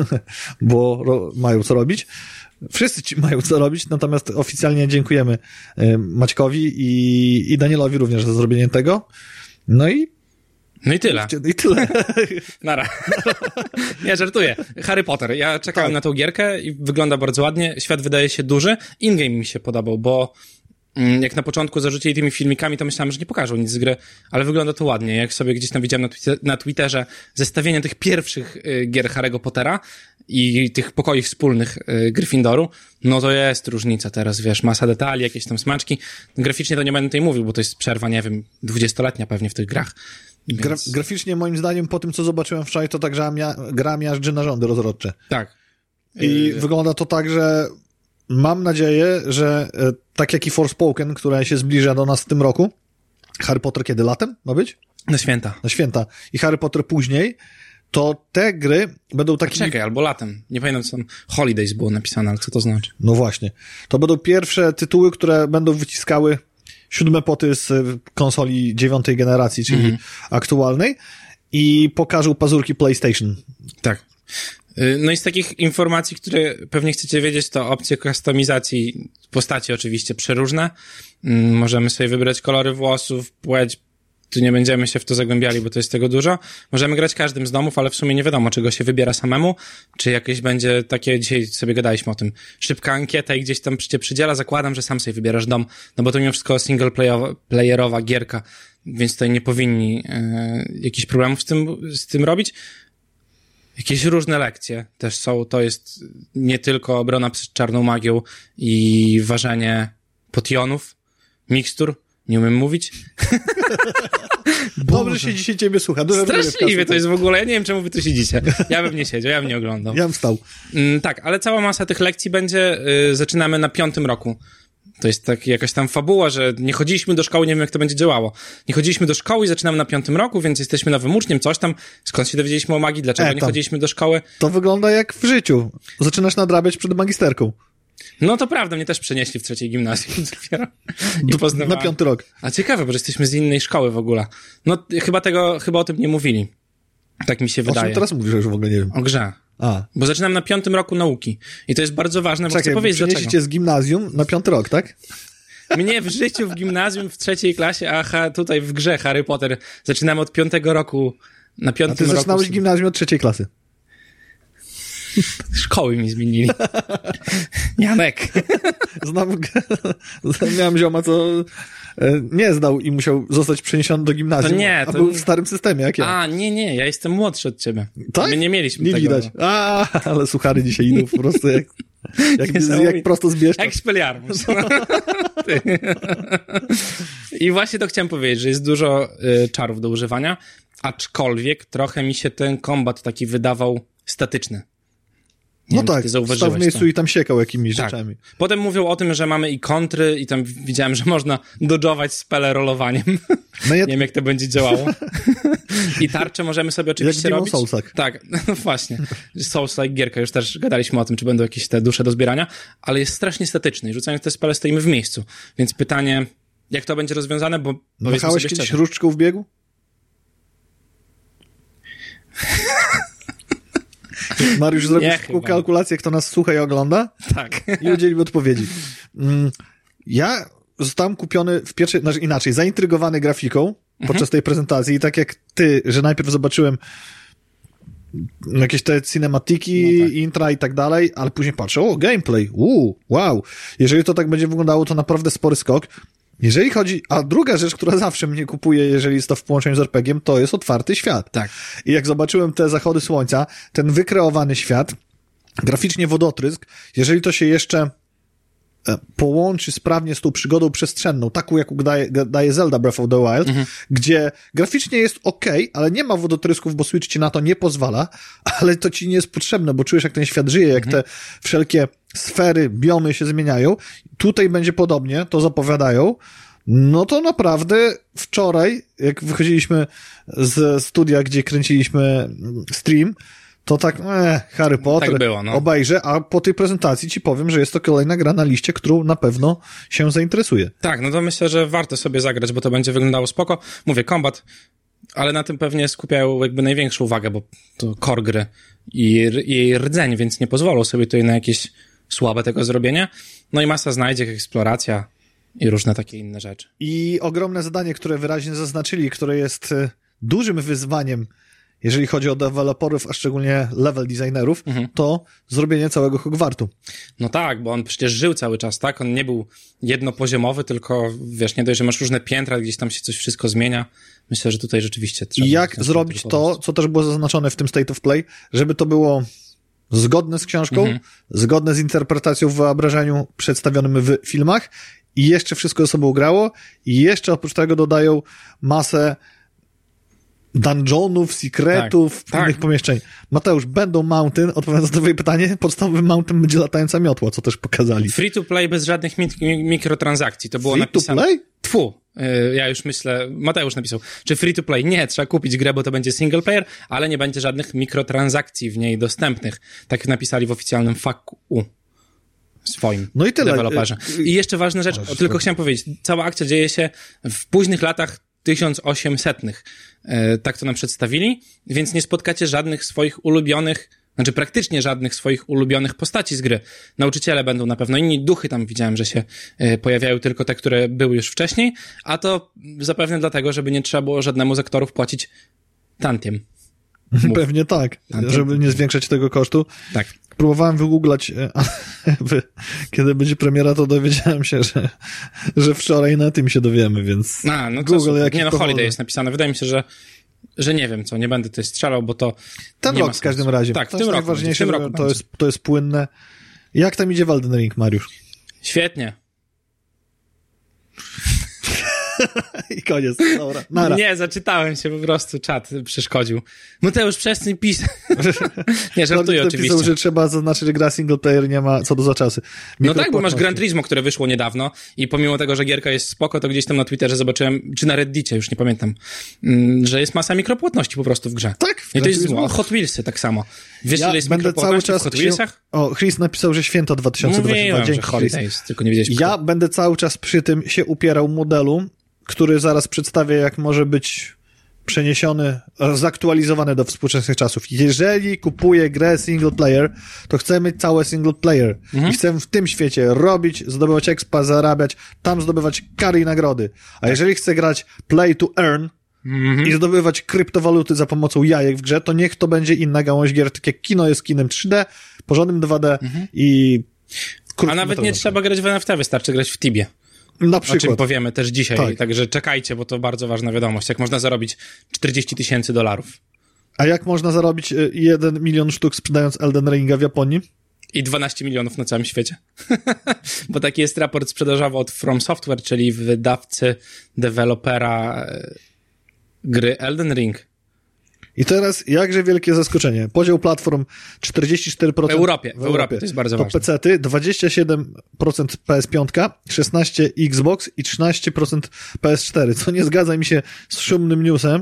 B: bo mają co robić. Wszyscy ci mają co robić, natomiast oficjalnie dziękujemy Maćkowi i Danielowi również za zrobienie tego. No i
A: tyle.
B: I tyle.
A: Nara. Ja żartuję. Harry Potter. Ja czekałem na tą gierkę i wygląda bardzo ładnie. Świat wydaje się duży. In-game mi się podobał, bo jak na początku zarzucili tymi filmikami, to myślałem, że nie pokażą nic z gry, ale wygląda to ładnie. Jak sobie gdzieś tam widziałem na Twitterze zestawienie tych pierwszych gier Harry'ego Pottera i tych pokoi wspólnych Gryffindoru, no to jest różnica teraz, wiesz, masa detali, jakieś tam smaczki. Graficznie to nie będę tutaj mówił, bo to jest przerwa, nie wiem, 20-letnia pewnie w tych grach. Więc...
B: Graficznie moim zdaniem po tym, co zobaczyłem wczoraj, to tak, że gra miażdży narządy rozrodcze.
A: Tak.
B: I wygląda to tak, że mam nadzieję, że tak jak i Forspoken, która się zbliża do nas w tym roku, Harry Potter kiedy latem ma być?
A: Na święta.
B: Na święta. I Harry Potter później, to te gry będą takimi...
A: Czekaj, albo latem. Nie pamiętam, co tam Holidays było napisane, ale co to znaczy?
B: No właśnie. To będą pierwsze tytuły, które będą wyciskały 7 poty z konsoli 9. generacji, czyli aktualnej, i pokażą pazurki PlayStation.
A: Tak. No i z takich informacji, które pewnie chcecie wiedzieć, to opcje kustomizacji postaci oczywiście przeróżne. Możemy sobie wybrać kolory włosów, płeć, tu nie będziemy się w to zagłębiali, bo to jest tego dużo. Możemy grać każdym z domów, ale w sumie nie wiadomo, czego się wybiera samemu, czy jakieś będzie takie, dzisiaj sobie gadaliśmy o tym, szybka ankieta i gdzieś tam cię przydziela, zakładam, że sam sobie wybierasz dom, no bo to mimo wszystko single-playerowa gierka, więc tutaj nie powinni jakichś problemów z tym robić. Jakieś różne lekcje też są, to jest nie tylko obrona przed czarną magią i ważenie potionów, mikstur, nie umiem mówić.
B: Dobrze się dzisiaj ciebie słucha.
A: Straszliwie to jest w ogóle, ja nie wiem, czemu wy tu siedzicie. Ja bym nie siedział, ja bym nie oglądał.
B: Ja bym wstał.
A: Tak, ale cała masa tych lekcji będzie, zaczynamy na 5. roku. To jest tak jakaś tam fabuła, że nie chodziliśmy do szkoły, nie wiem jak to będzie działało. Nie chodziliśmy do szkoły i zaczynamy na 5. roku, więc jesteśmy nowym uczniem, coś tam. Skąd się dowiedzieliśmy o magii, dlaczego nie chodziliśmy do szkoły?
B: To wygląda jak w życiu. Zaczynasz nadrabiać przed magisterką.
A: No to prawda, mnie też przenieśli w 3. gimnazjum dopiero.
B: Na 5. rok.
A: A ciekawe, bo jesteśmy z innej szkoły w ogóle. No chyba o tym nie mówili. Tak mi się wydaje.
B: O czym teraz mówisz, że już w ogóle nie wiem.
A: O grze. Bo zaczynam na 5. roku nauki. I to jest bardzo ważne, bo chcę powiedzieć dlaczego.
B: Cię z gimnazjum na 5. rok, tak?
A: Mnie w życiu, w gimnazjum, w 3. klasie, tutaj w grze Harry Potter zaczynamy od 5. roku. Na 5. roku.
B: A ty zaczynałeś gimnazjum od 3. klasy.
A: Szkoły mi zmienili. Janek.
B: Miałem zioma, co nie zdał i musiał zostać przeniesiony do gimnazjum.
A: To nie,
B: a był w starym systemie, jak ja.
A: Nie, ja jestem młodszy od ciebie.
B: Tak?
A: My nie mieliśmy
B: nie
A: tego.
B: Widać. Ale suchary dzisiaj idą po prostu jak prosto z Bieszczad.
A: Expelliarmus. I właśnie to chciałem powiedzieć, że jest dużo czarów do używania, aczkolwiek trochę mi się ten kombat taki wydawał statyczny.
B: No tak, stał w miejscu i tam siekał jakimiś rzeczami.
A: Potem mówią o tym, że mamy i kontry i tam widziałem, że można dodżować spele rolowaniem. No nie wiem, jak to będzie działało. I tarcze możemy sobie oczywiście robić.
B: Soulsach.
A: Tak, no właśnie. Souls-like gierka, już też gadaliśmy o tym, czy będą jakieś te dusze do zbierania, ale jest strasznie statyczny i rzucając te spele stoimy w miejscu. Więc pytanie, jak to będzie rozwiązane, bo
B: machałeś kiedyś różdżką w biegu? Mariusz zrobił szybką kalkulację, kto nas słucha i ogląda.
A: Tak.
B: I udzielił odpowiedzi. Ja zostałem kupiony w pierwszej, inaczej, zaintrygowany grafiką podczas tej prezentacji i tak jak ty, że najpierw zobaczyłem jakieś te cinematiki, intra i tak dalej, ale później patrzę, gameplay, wow. Jeżeli to tak będzie wyglądało, to naprawdę spory skok. Jeżeli chodzi, a druga rzecz, która zawsze mnie kupuje, jeżeli jest to w połączeniu z RPG-iem, to jest otwarty świat.
A: Tak.
B: I jak zobaczyłem te zachody słońca, ten wykreowany świat, graficznie wodotrysk, jeżeli to się jeszcze połączy sprawnie z tą przygodą przestrzenną, taką jak daje Zelda Breath of the Wild, gdzie graficznie jest okej, ale nie ma wodotrysków, bo Switch ci na to nie pozwala, ale to ci nie jest potrzebne, bo czujesz, jak ten świat żyje, jak te wszelkie sfery, biomy się zmieniają. Tutaj będzie podobnie, to zapowiadają. No to naprawdę wczoraj, jak wychodziliśmy z studia, gdzie kręciliśmy stream, to tak, Harry Potter,
A: tak było, no.
B: Obejrzę, a po tej prezentacji ci powiem, że jest to kolejna gra na liście, którą na pewno się zainteresuje.
A: Tak, no to myślę, że warto sobie zagrać, bo to będzie wyglądało spoko. Mówię, kombat, ale na tym pewnie skupiają jakby największą uwagę, bo to core gry i jej rdzeń, więc nie pozwolą sobie tutaj na jakieś słabe tego zrobienia. No i masa znajdzie, jak eksploracja i różne takie inne rzeczy.
B: I ogromne zadanie, które wyraźnie zaznaczyli, które jest dużym wyzwaniem, jeżeli chodzi o deweloperów, a szczególnie level designerów, to zrobienie całego Hogwartu.
A: No tak, bo on przecież żył cały czas, tak? On nie był jednopoziomowy, tylko wiesz, nie dość, że masz różne piętra, gdzieś tam się coś wszystko zmienia. Myślę, że tutaj rzeczywiście trzeba...
B: I jak zrobić to, co też było zaznaczone w tym State of Play, żeby to było zgodne z książką, zgodne z interpretacją w wyobrażeniu przedstawionym w filmach i jeszcze wszystko ze sobą grało i jeszcze oprócz tego dodają masę dungeonów, secretów, innych pomieszczeń. Mateusz, będą mountain, odpowiadając na twoje pytanie, podstawowym mountain będzie latająca miotła, co też pokazali.
A: Free to play bez żadnych mikrotransakcji. To było napisane.
B: Free to
A: play? Ja już myślę, Mateusz napisał, czy free to play? Nie, trzeba kupić grę, bo to będzie single player, ale nie będzie żadnych mikrotransakcji w niej dostępnych. Tak napisali w oficjalnym FAQ swoim deweloperze. I jeszcze ważna rzecz, tylko chciałem powiedzieć, cała akcja dzieje się w późnych latach 1800. Tak to nam przedstawili, więc nie spotkacie żadnych swoich ulubionych, znaczy praktycznie żadnych swoich ulubionych postaci z gry. Nauczyciele będą na pewno inni, duchy tam widziałem, że się pojawiają tylko te, które były już wcześniej, a to zapewne dlatego, żeby nie trzeba było żadnemu z aktorów płacić tantiem.
B: Pewnie tak, żeby nie zwiększać tego kosztu.
A: Tak.
B: Próbowałem wygooglać, kiedy będzie premiera, to dowiedziałem się, że wczoraj na tym się dowiemy, więc
A: no Google Holiday jest napisane. Wydaje mi się, że nie wiem co, nie będę tutaj strzelał, bo to
B: ten rok w każdym razie.
A: Tak,
B: w tym roku. Najważniejsze, to jest płynne. Jak tam idzie w Elden Ring, Mariusz?
A: Świetnie.
B: I koniec, dobra. Nara.
A: Nie, zaczytałem się, po prostu czat przeszkodził. Mateusz, przestań pisać. Nie, żartuję oczywiście.
B: Napisał, że trzeba zaznaczyć, że gra single player nie ma co do za czasy.
A: No tak, bo masz Gran Turismo, które wyszło niedawno i pomimo tego, że gierka jest spoko, to gdzieś tam na Twitterze zobaczyłem, czy na Reddicie, już nie pamiętam, że jest masa mikropłatności po prostu w grze.
B: Tak.
A: I to jest zło. Hot Wheelsy tak samo. Wiesz, ile jest mikropłatności w Hot Wheelsach?
B: Chris napisał, że święto 2022.
A: Dzięki, Chris. Tylko nie wiedziałeś.
B: Ja będę cały czas przy tym się upierał modelu, który zaraz przedstawię, jak może być przeniesiony, zaktualizowany do współczesnych czasów. Jeżeli kupuję grę single player, to chcę mieć całe single player. I chcę w tym świecie robić, zdobywać expa, zarabiać, tam zdobywać kary i nagrody. A jeżeli chcę grać play to earn i zdobywać kryptowaluty za pomocą jajek w grze, to niech to będzie inna gałąź gier, tak jak kino jest kinem 3D, porządnym 2D i...
A: A nawet nie trzeba grać w NFT, wystarczy grać w Tibie.
B: Na przykład.
A: O czym powiemy też dzisiaj,
B: tak.
A: Także czekajcie, bo to bardzo ważna wiadomość. Jak można zarobić $40,000.
B: A jak można zarobić 1 milion sztuk sprzedając Elden Ringa w Japonii?
A: I 12 milionów na całym świecie. Bo taki jest raport sprzedażowy od From Software, czyli wydawcy, dewelopera gry Elden Ring.
B: I teraz jakże wielkie zaskoczenie. Podział platform 44%.
A: W Europie to jest bardzo ważne.
B: To PC-ty, 27% PS5, 16% Xbox i 13% PS4, co nie zgadza mi się z szumnym newsem,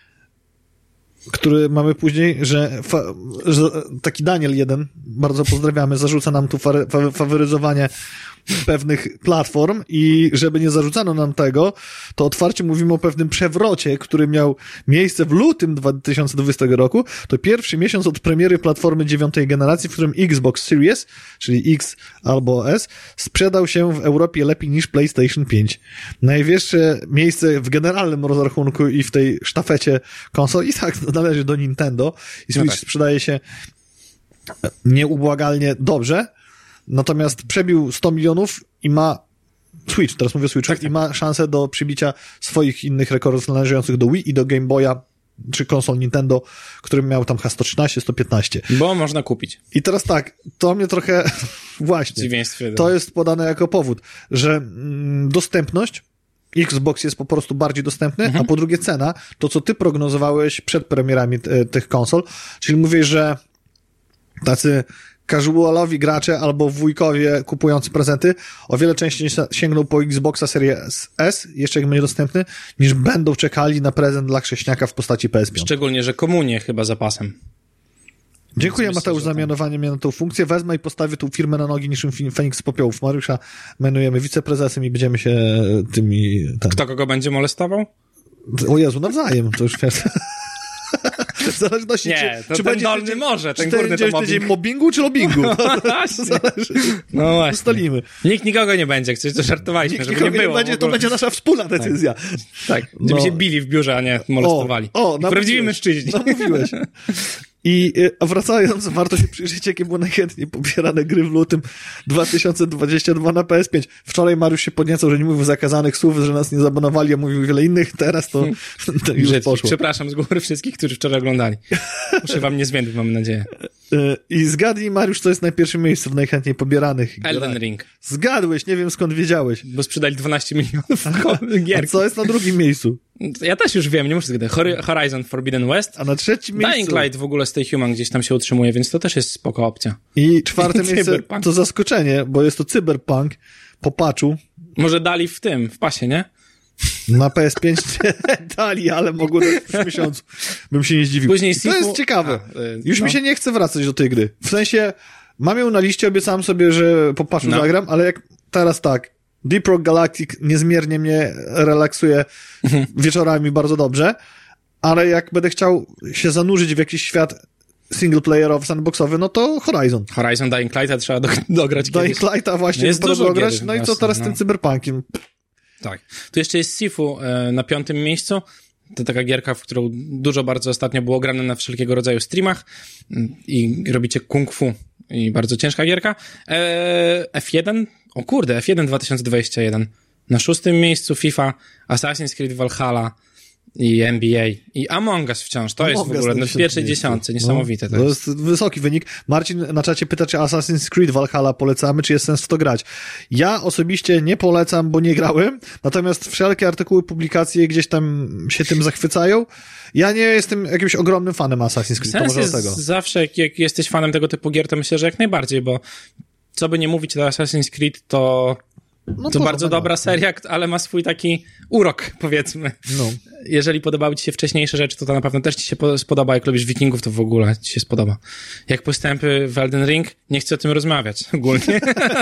B: który mamy później, że taki Daniel jeden, bardzo pozdrawiamy, zarzuca nam tu faworyzowanie pewnych platform i żeby nie zarzucano nam tego, to otwarcie mówimy o pewnym przewrocie, który miał miejsce w lutym 2020 roku. To pierwszy miesiąc od premiery platformy 9. generacji, w którym Xbox Series, czyli X albo S, sprzedał się w Europie lepiej niż PlayStation 5. Najwyższe miejsce w generalnym rozrachunku i w tej sztafecie konsol i tak należy do Nintendo i Switch sprzedaje się nieubłagalnie dobrze. Natomiast przebił 100 milionów i ma Switch, teraz mówię o Switchu, i ma szansę do przybicia swoich innych rekordów należących do Wii i do Game Boya czy konsol Nintendo, który miał tam H113, 115.
A: Bo można kupić.
B: I teraz tak, to mnie trochę właśnie, to jest podane jako powód, że dostępność Xbox jest po prostu bardziej dostępny, a po drugie cena, to co ty prognozowałeś przed premierami tych konsol, czyli mówisz, że tacy casualowi gracze albo wujkowie kupujący prezenty o wiele częściej sięgną po Xboxa Series S, jeszcze jak będzie dostępny, niż będą czekali na prezent dla chrześniaka w postaci PS5.
A: Szczególnie, że komunię chyba zapasem.
B: Dziękuję, Mateusz, za mianowanie mnie na tą funkcję. Wezmę i postawię tą firmę na nogi niczym Feniks z popiołów. Mariusza mianujemy wiceprezesem i będziemy się tymi...
A: Kto kogo będzie molestował?
B: O Jezu, nawzajem. To już wiesz... W zależności,
A: nie,
B: czy
A: ten dolny może, ten górny to
B: mobbing. Mobbingu czy lobbingu?
A: No właśnie.
B: Ustalimy.
A: Nikt nikogo nie będzie, coś to żartowaliśmy,
B: Nikt
A: żeby nie było.
B: To będzie nasza wspólna decyzja.
A: Tak. Będziemy się bili w biurze, a nie molestowali. Prawdziwi mężczyźni.
B: No mówiłeś. A wracając, warto się przyjrzeć, jakie były najchętniej pobierane gry w lutym 2022 na PS5. Wczoraj Mariusz się podniecał, że nie mówił zakazanych słów, że nas nie zabanowali, a mówił wiele innych, teraz to już poszło.
A: Przepraszam z góry wszystkich, którzy wczoraj oglądali. Muszę wam nie zwiędł, mam nadzieję.
B: I zgadnij, Mariusz, co jest na pierwszym miejscu w najchętniej pobieranych grach.
A: Elden Ring.
B: Zgadłeś, nie wiem skąd wiedziałeś.
A: Bo sprzedali 12 milionów gier.
B: A co jest na drugim miejscu?
A: Ja też już wiem, nie muszę zgadać. Horizon Forbidden West.
B: A na trzecim miejscu...
A: Dying Light w ogóle Stay Human gdzieś tam się utrzymuje, więc to też jest spoko opcja.
B: I czwarte miejsce to zaskoczenie, bo jest to Cyberpunk po patchu.
A: Może dali w pasie, nie?
B: Na PS5 dali, ale mogło dać w przyszłym miesiącu. Bym się nie zdziwił.
A: Później
B: to jest ciekawe. Już mi się nie chce wracać do tej gry. W sensie, mam ją na liście, obiecałem sobie, że po patchu zagram, ale jak teraz tak, Deep Rock Galactic niezmiernie mnie relaksuje wieczorami bardzo dobrze, ale jak będę chciał się zanurzyć w jakiś świat singleplayerowy, sandboxowy, no to Horizon.
A: Dying Lighta trzeba dograć kiedyś.
B: Dying Lighta właśnie jest dużo dograć, no i co teraz z tym Cyberpunkiem?
A: Tak. Tu jeszcze jest Sifu na 5. miejscu. To taka gierka, w którą dużo bardzo ostatnio było grane na wszelkiego rodzaju streamach i robicie kung fu i bardzo ciężka gierka. F1? O kurde, F1 2021. Na 6. miejscu FIFA, Assassin's Creed Valhalla i NBA. I Among Us wciąż. To jest w ogóle w pierwszej dziesiątce. Niesamowite
B: to jest wysoki wynik. Marcin na czacie pyta, czy Assassin's Creed Valhalla polecamy, czy jest sens w to grać. Ja osobiście nie polecam, bo nie grałem, natomiast wszelkie artykuły, publikacje gdzieś tam się tym zachwycają. Ja nie jestem jakimś ogromnym fanem Assassin's Creed.
A: Sens
B: to może
A: jest
B: tego.
A: Zawsze, jak jesteś fanem tego typu gier, to myślę, że jak najbardziej, bo co by nie mówić, to Assassin's Creed to bardzo dobra seria, ale ma swój taki urok, powiedzmy. No. Jeżeli podobały ci się wcześniejsze rzeczy, to na pewno też ci się spodoba. Jak lubisz Wikingów, to w ogóle ci się spodoba. Jak postępy w Elden Ring, nie chcę o tym rozmawiać ogólnie.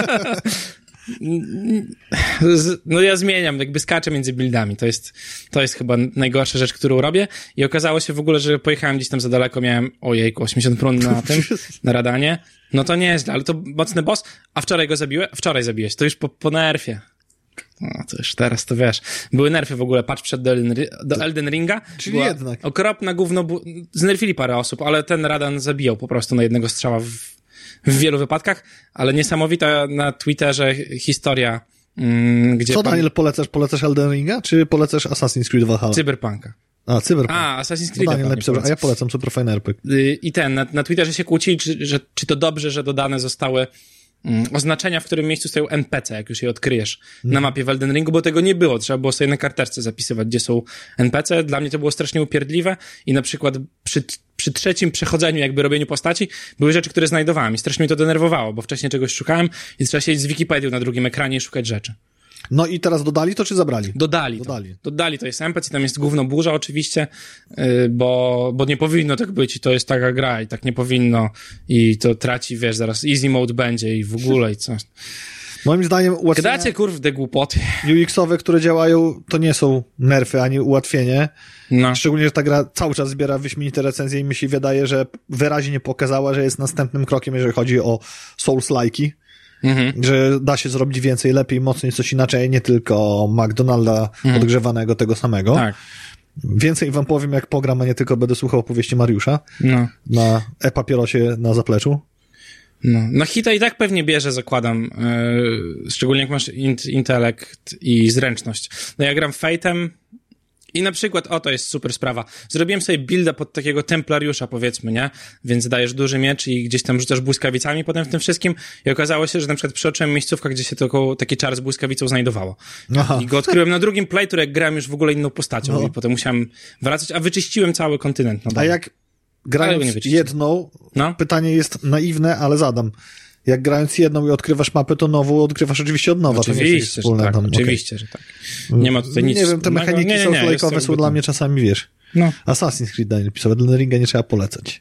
A: No ja zmieniam, jakby skaczę między buildami. To jest chyba najgorsza rzecz, którą robię. I okazało się w ogóle, że pojechałem gdzieś tam za daleko, miałem 80 prun na tym, na radanie. No to nie jest, ale to mocny boss. A wczoraj go zabiłem? Wczoraj zabiłeś. To już po nerfie. No to już teraz to wiesz. Były nerfy w ogóle, patch przed do Elden Ringa.
B: Czyli jednak.
A: Okropna gówno, znerfili parę osób, ale ten radan zabijał po prostu na jednego strzała w wielu wypadkach, ale niesamowita na Twitterze historia, gdzie...
B: Co, Daniel, polecasz Elden Ringa, czy polecasz Assassin's Creed Valhalla?
A: Cyberpunka.
B: Cyberpunk.
A: Assassin's Creed.
B: Daniel napisał, a ja polecam Super Fine RPG.
A: I na Twitterze się kłócili, czy to dobrze, że dodane zostały oznaczenia, w którym miejscu stoją NPC, jak już je odkryjesz na mapie w Elden Ringu, bo tego nie było. Trzeba było sobie na karteczce zapisywać, gdzie są NPC. Dla mnie to było strasznie upierdliwe i na przykład przy trzecim przechodzeniu, jakby robieniu postaci, były rzeczy, które znajdowałem i strasznie mnie to denerwowało, bo wcześniej czegoś szukałem i trzeba siedzieć z Wikipedią na drugim ekranie i szukać rzeczy.
B: No i teraz dodali to, czy zabrali?
A: Dodali, to jest NPC, tam jest gówno burza oczywiście, bo nie powinno tak być i to jest taka gra i tak nie powinno i to traci, wiesz, zaraz easy mode będzie i w ogóle i coś.
B: Moim zdaniem ułatwienia...
A: Gadacie, kurwa, głupoty.
B: UX-owe, które działają, to nie są nerfy, ani ułatwienie. No. Szczególnie, że ta gra cały czas zbiera wyśmienite recenzje i mi się wydaje, że wyraźnie pokazała, że jest następnym krokiem, jeżeli chodzi o Souls-like'i. Że da się zrobić więcej, lepiej, mocniej, coś inaczej, nie tylko McDonalda odgrzewanego tego samego. Tak. Więcej wam powiem, jak pogram, a nie tylko będę słuchał opowieści Mariusza na e-papierosie na zapleczu.
A: No hita i tak pewnie bierze, zakładam, szczególnie jak masz intelekt i zręczność. No ja gram Fate'em I na przykład, to jest super sprawa. Zrobiłem sobie builda pod takiego templariusza, powiedzmy, nie? Więc dajesz duży miecz i gdzieś tam rzucasz błyskawicami potem w tym wszystkim i okazało się, że na przykład przeoczyłem miejscówkę, gdzie się tylko taki czar z błyskawicą znajdowało. Aha. I go odkryłem na drugim playthrough, jak grałem już w ogóle inną postacią i potem musiałem wracać, a wyczyściłem cały kontynent.
B: A jak grając jedną, pytanie jest naiwne, ale zadam. Jak grając jedną i odkrywasz mapę, to nową odkrywasz oczywiście od nowa.
A: Oczywiście, że tak. Oczywiście, że tak. Nie ma tutaj nic.
B: Nie wiem, te mechaniki souls-like'owe są dla mnie czasami, wiesz. Assassin's Creed Daniel pisał, Elden Ringa nie trzeba polecać.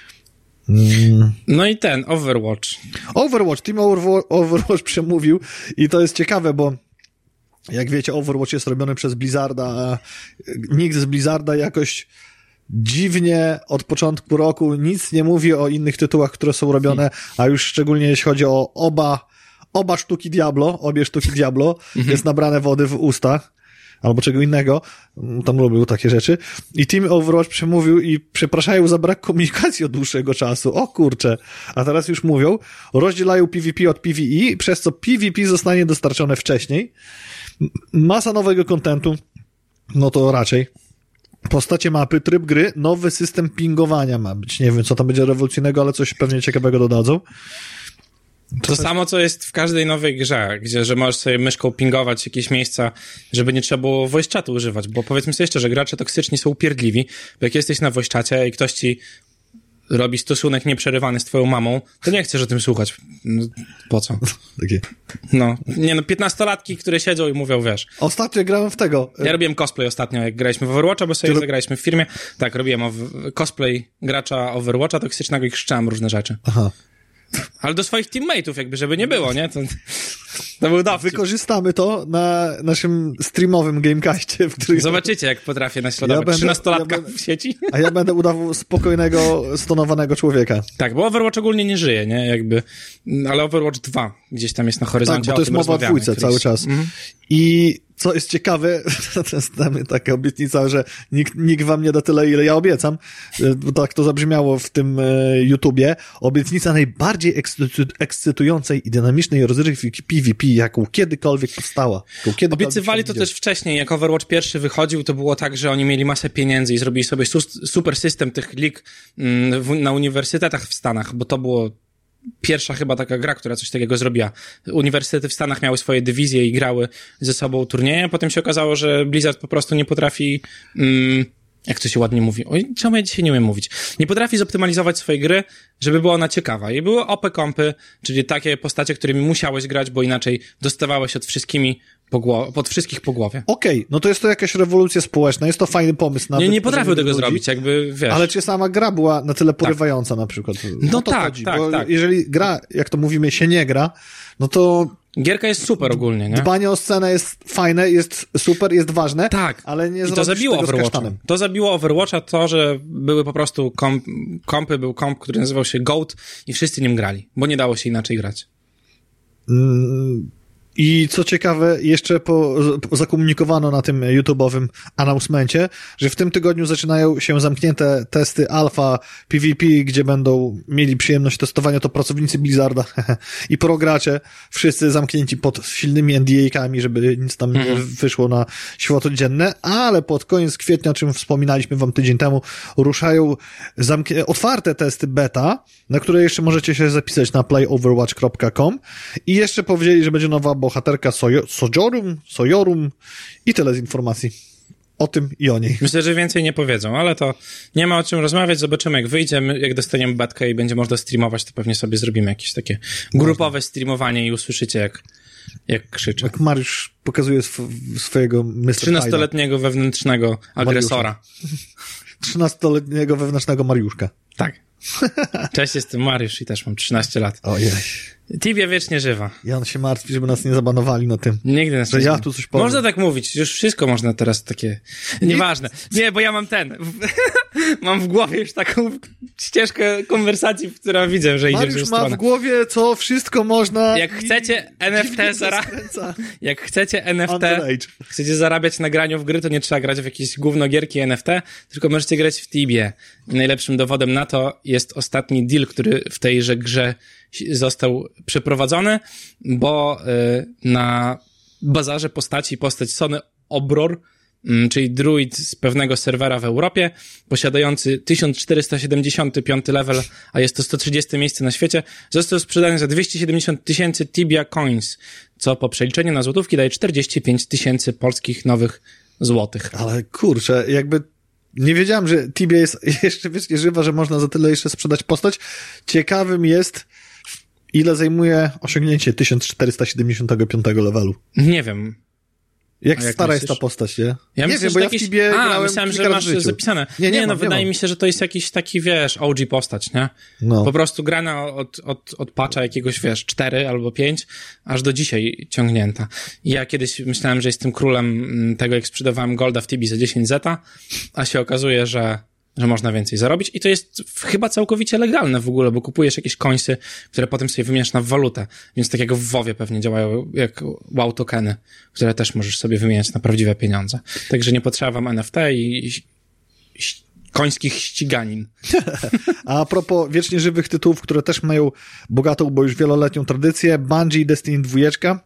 A: No i Overwatch.
B: Team Overwatch przemówił i to jest ciekawe, bo jak wiecie, Overwatch jest robiony przez Blizzarda, a nikt z Blizzarda jakoś dziwnie od początku roku nic nie mówi o innych tytułach, które są robione, a już szczególnie jeśli chodzi o obie sztuki Diablo, jest nabrane wody w ustach, albo czego innego, tam lubił takie rzeczy. I Team Overwatch przemówił i przepraszają za brak komunikacji od dłuższego czasu. O kurczę. A teraz już mówią, rozdzielają PvP od PvE, przez co PvP zostanie dostarczone wcześniej. Masa nowego kontentu, no to raczej. Postacie mapy, tryb gry, nowy system pingowania ma być. Nie wiem, co tam będzie rewolucyjnego, ale coś pewnie ciekawego dodadzą.
A: To samo, co jest w każdej nowej grze, że możesz sobie myszką pingować jakieś miejsca, żeby nie trzeba było voice chatu używać, bo powiedzmy sobie jeszcze, że gracze toksyczni są upierdliwi, bo jak jesteś na voice chacie i ktoś ci robi stosunek nieprzerywany z twoją mamą, to nie chcesz o tym słuchać. No, po co?
B: Takie.
A: 15-latki, które siedzą i mówią, wiesz.
B: Ostatnio grałem w tego.
A: Ja robiłem cosplay ostatnio, jak graliśmy w Overwatcha, bo sobie zagraliśmy w firmie. Tak, robiłem cosplay gracza Overwatcha toksycznego i krzyczałem różne rzeczy.
B: Aha.
A: Ale do swoich teammateów jakby, żeby nie było, nie? To był dowcip.
B: Wykorzystamy to na naszym streamowym gamecastie, w którym...
A: Zobaczycie, jak potrafię naśladować 13-latka w sieci.
B: A ja będę udawał spokojnego, stonowanego człowieka.
A: Tak, bo Overwatch ogólnie nie żyje, nie? Jakby, ale Overwatch 2 gdzieś tam jest na horyzoncie.
B: Tak, bo to jest mowa o dwójce cały czas. I co jest ciekawe, to jest taka obietnica, że nikt wam nie da tyle, ile ja obiecam. Tak to zabrzmiało w tym YouTubie. Obietnica najbardziej ekscytującej i dynamicznej rozrywki PvP, jaką kiedykolwiek powstała.
A: Obiecywali to też wcześniej. Jak Overwatch pierwszy wychodził, to było tak, że oni mieli masę pieniędzy i zrobili sobie super system tych lig na uniwersytetach w Stanach, bo to było pierwsza chyba taka gra, która coś takiego zrobiła. Uniwersytety w Stanach miały swoje dywizje i grały ze sobą turnieje. Potem się okazało, że Blizzard po prostu nie potrafi... jak to się ładnie mówi? Oj, czemu ja dzisiaj nie umiem mówić? Nie potrafi zoptymalizować swojej gry, żeby była ona ciekawa. I były OP kompy, czyli takie postacie, którymi musiałeś grać, bo inaczej dostawałeś od wszystkich po głowie.
B: Okej, no to jest to jakaś rewolucja społeczna, jest to fajny pomysł.
A: Nie potrafił tego zrobić, jakby, wiesz.
B: Ale czy sama gra była na tyle porywająca na przykład?
A: No to tak.
B: Jeżeli gra, jak to mówimy, się nie gra, no to...
A: Gierka jest super ogólnie, nie?
B: Dbanie o scenę jest fajne, jest super, jest ważne,
A: tak,
B: ale nie
A: zrobisz to zabiło tego z kasztanem. To zabiło Overwatcha to, że były po prostu kompy, był komp, który nazywał się GOAT i wszyscy nim grali, bo nie dało się inaczej grać.
B: I co ciekawe, jeszcze zakomunikowano na tym YouTube'owym announcemencie, że w tym tygodniu zaczynają się zamknięte testy alfa PvP, gdzie będą mieli przyjemność testowania to pracownicy Blizzarda i progracze, wszyscy zamknięci pod silnymi NDA-kami, żeby nic tam nie wyszło na światło dzienne, ale pod koniec kwietnia, o czym wspominaliśmy wam tydzień temu, ruszają otwarte testy beta, na które jeszcze możecie się zapisać na playoverwatch.com i jeszcze powiedzieli, że będzie nowa bohaterka Sojorum i tyle z informacji o tym i o niej.
A: Myślę, że więcej nie powiedzą, ale to nie ma o czym rozmawiać, zobaczymy jak wyjdzie, jak dostaniemy betkę i będzie można streamować, to pewnie sobie zrobimy jakieś takie grupowe streamowanie i usłyszycie jak krzyczę.
B: Jak Mariusz pokazuje swojego Mr.
A: 13-letniego wewnętrznego agresora.
B: 13-letniego wewnętrznego Mariuszka.
A: Tak. Cześć, jestem Mariusz i też mam 13 lat.
B: Ojej.
A: Tibia wiecznie żywa.
B: Jan się martwi, żeby nas nie zabanowali na tym.
A: Nigdy nas
B: że ja tu coś powiem.
A: Można tak mówić, już wszystko można teraz takie... Nieważne. Nie, bo ja mam mam w głowie już taką ścieżkę konwersacji, w której widzę, że idzie w tę stronę.
B: Mariusz ma w głowie, co wszystko można...
A: Jak chcecie NFT Jak chcecie NFT, chcecie zarabiać na graniu w gry, to nie trzeba grać w jakieś gównogierki NFT, tylko możecie grać w Tibię. Najlepszym dowodem na to jest ostatni deal, który w tejże grze został przeprowadzony, bo na bazarze postać Sony Obror czyli druid z pewnego serwera w Europie, posiadający 1475 level, a jest to 130 miejsce na świecie, został sprzedany za 270 000 Tibia Coins, co po przeliczeniu na złotówki daje 45 000 polskich nowych złotych.
B: Ale kurczę, jakby nie wiedziałem, że Tibia jest jeszcze wiecznie żywa, że można za tyle jeszcze sprzedać postać. Ciekawym jest, ile zajmuje osiągnięcie 1475 levelu.
A: Nie wiem.
B: Jak stara jest ta postać, nie?
A: Ja
B: nie wiem, bo ja w Tibie grałem
A: myślałem, że masz zapisane. Nie, wydaje mi się, że to jest jakiś taki, wiesz, OG postać, nie? No. Po prostu grana od patcha jakiegoś, wiesz, 4 albo 5, aż do dzisiaj ciągnięta. I ja kiedyś myślałem, że jestem królem tego, jak sprzedawałem Golda w Tibii za 10 zeta, a się okazuje, że można więcej zarobić i to jest chyba całkowicie legalne w ogóle, bo kupujesz jakieś coinsy, które potem sobie wymieniasz na walutę, więc tak jak w WoWie pewnie działają jak WoW tokeny, które też możesz sobie wymieniać na prawdziwe pieniądze. Także nie potrzeba wam NFT i końskich ściganin.
B: A propos wiecznie żywych tytułów, które też mają bogatą, bo już wieloletnią tradycję, Bungie i Destiny 2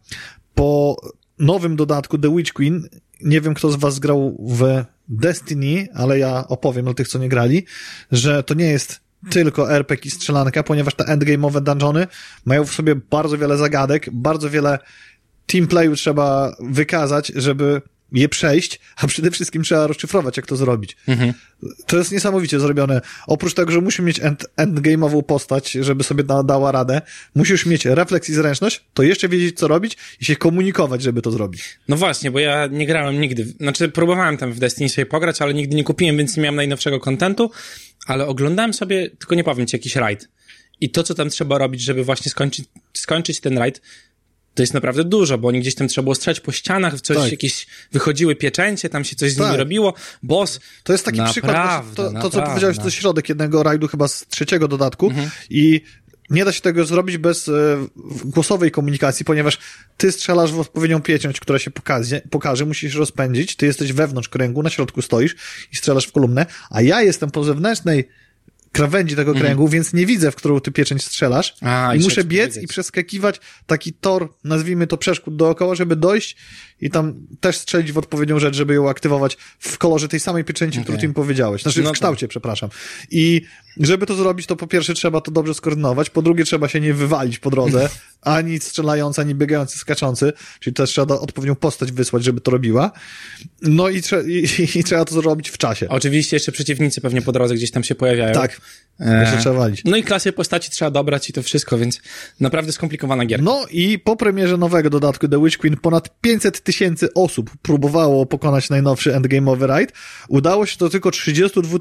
B: po nowym dodatku The Witch Queen, nie wiem kto z was grał w Destiny, ale ja opowiem dla tych, co nie grali, że to nie jest tylko RPG i strzelanka, ponieważ te endgame'owe dungeony mają w sobie bardzo wiele zagadek, bardzo wiele teamplayu trzeba wykazać, żeby je przejść, a przede wszystkim trzeba rozszyfrować, jak to zrobić. Mhm. To jest niesamowicie zrobione. Oprócz tego, że musisz mieć endgame'ową postać, żeby sobie dała radę, musisz mieć refleks i zręczność, to jeszcze wiedzieć, co robić i się komunikować, żeby to zrobić.
A: No właśnie, bo ja nie grałem nigdy. Znaczy, próbowałem tam w Destiny sobie pograć, ale nigdy nie kupiłem, więc nie miałem najnowszego kontentu, ale oglądałem sobie, tylko nie powiem ci, jakiś raid. I to, co tam trzeba robić, żeby właśnie skończyć ten raid, to jest naprawdę dużo, bo oni gdzieś tam trzeba było strzelać po ścianach, jakieś wychodziły pieczęcie, tam się coś z nimi robiło. Boss.
B: To jest taki przykład, to co powiedziałeś, to jest środek jednego rajdu chyba z 3. dodatku i nie da się tego zrobić bez głosowej komunikacji, ponieważ ty strzelasz w odpowiednią pieczęć, która się pokaże, musisz rozpędzić, ty jesteś wewnątrz kręgu, na środku stoisz i strzelasz w kolumnę, a ja jestem po zewnętrznej krawędzi tego kręgu, więc nie widzę, w którą ty pieczęć strzelasz i muszę biec i przeskakiwać taki tor, nazwijmy to przeszkód dookoła, żeby dojść i tam też strzelić w odpowiednią rzecz, żeby ją aktywować w kolorze tej samej pieczęci, którą ty mi powiedziałeś. Znaczy w kształcie, przepraszam. I żeby to zrobić, to po pierwsze trzeba to dobrze skoordynować, po drugie trzeba się nie wywalić po drodze, ani strzelający, ani biegający, skaczący, czyli też trzeba odpowiednią postać wysłać, żeby to robiła. No i trzeba to zrobić w czasie.
A: Oczywiście jeszcze przeciwnicy pewnie po drodze gdzieś tam się pojawiają.
B: Tak. Jeszcze trzeba walić.
A: No i klasy postaci trzeba dobrać i to wszystko, więc naprawdę skomplikowana gierka.
B: No i po premierze nowego dodatku The Witch Queen ponad 500 000 osób próbowało pokonać najnowszy endgame'owy raid. Udało się to tylko 32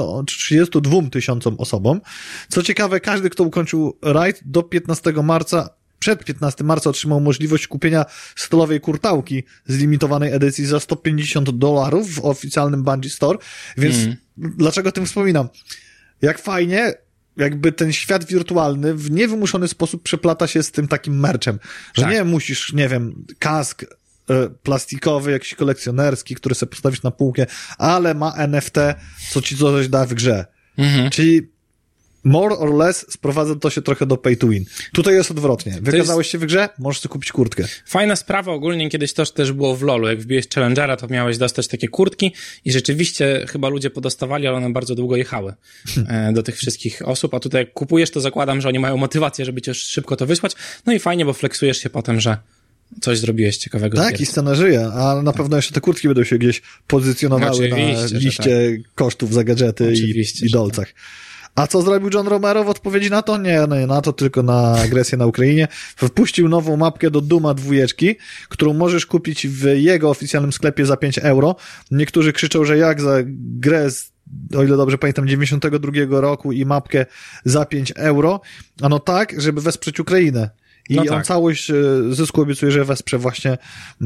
B: 000 osobom. Co ciekawe, każdy, kto ukończył raid do 15 marca, przed 15 marca otrzymał możliwość kupienia stalowej kurtałki z limitowanej edycji za $150 w oficjalnym Bungie Store. Więc dlaczego o tym wspominam? Jak fajnie, jakby ten świat wirtualny w niewymuszony sposób przeplata się z tym takim merchem, że nie musisz, nie wiem, kask plastikowy, jakiś kolekcjonerski, który sobie postawisz na półkę, ale ma NFT, co ci coś da w grze. Czyli more or less sprowadza to się trochę do pay to win. Tutaj jest odwrotnie. Wykazałeś się w grze, możesz sobie kupić kurtkę.
A: Fajna sprawa ogólnie, kiedyś to też było w LoLu. Jak wbiłeś Challengera, to miałeś dostać takie kurtki i rzeczywiście chyba ludzie podostawali, ale one bardzo długo jechały do tych wszystkich osób, a tutaj jak kupujesz, to zakładam, że oni mają motywację, żeby cię szybko to wysłać. No i fajnie, bo flexujesz się potem, że coś zrobiłeś ciekawego.
B: Tak, i scena żyje, a na pewno jeszcze te kurtki będą się gdzieś pozycjonowały na liście kosztów za gadżety i dolcach. A co zrobił John Romero w odpowiedzi na to? Nie na to, tylko na agresję na Ukrainie. Wpuścił nową mapkę do Duma 2, którą możesz kupić w jego oficjalnym sklepie za 5 euro. Niektórzy krzyczą, że jak za grę o ile dobrze pamiętam, 92 roku i mapkę za 5 euro. Ano tak, żeby wesprzeć Ukrainę. I on całość zysku obiecuje, że wesprze właśnie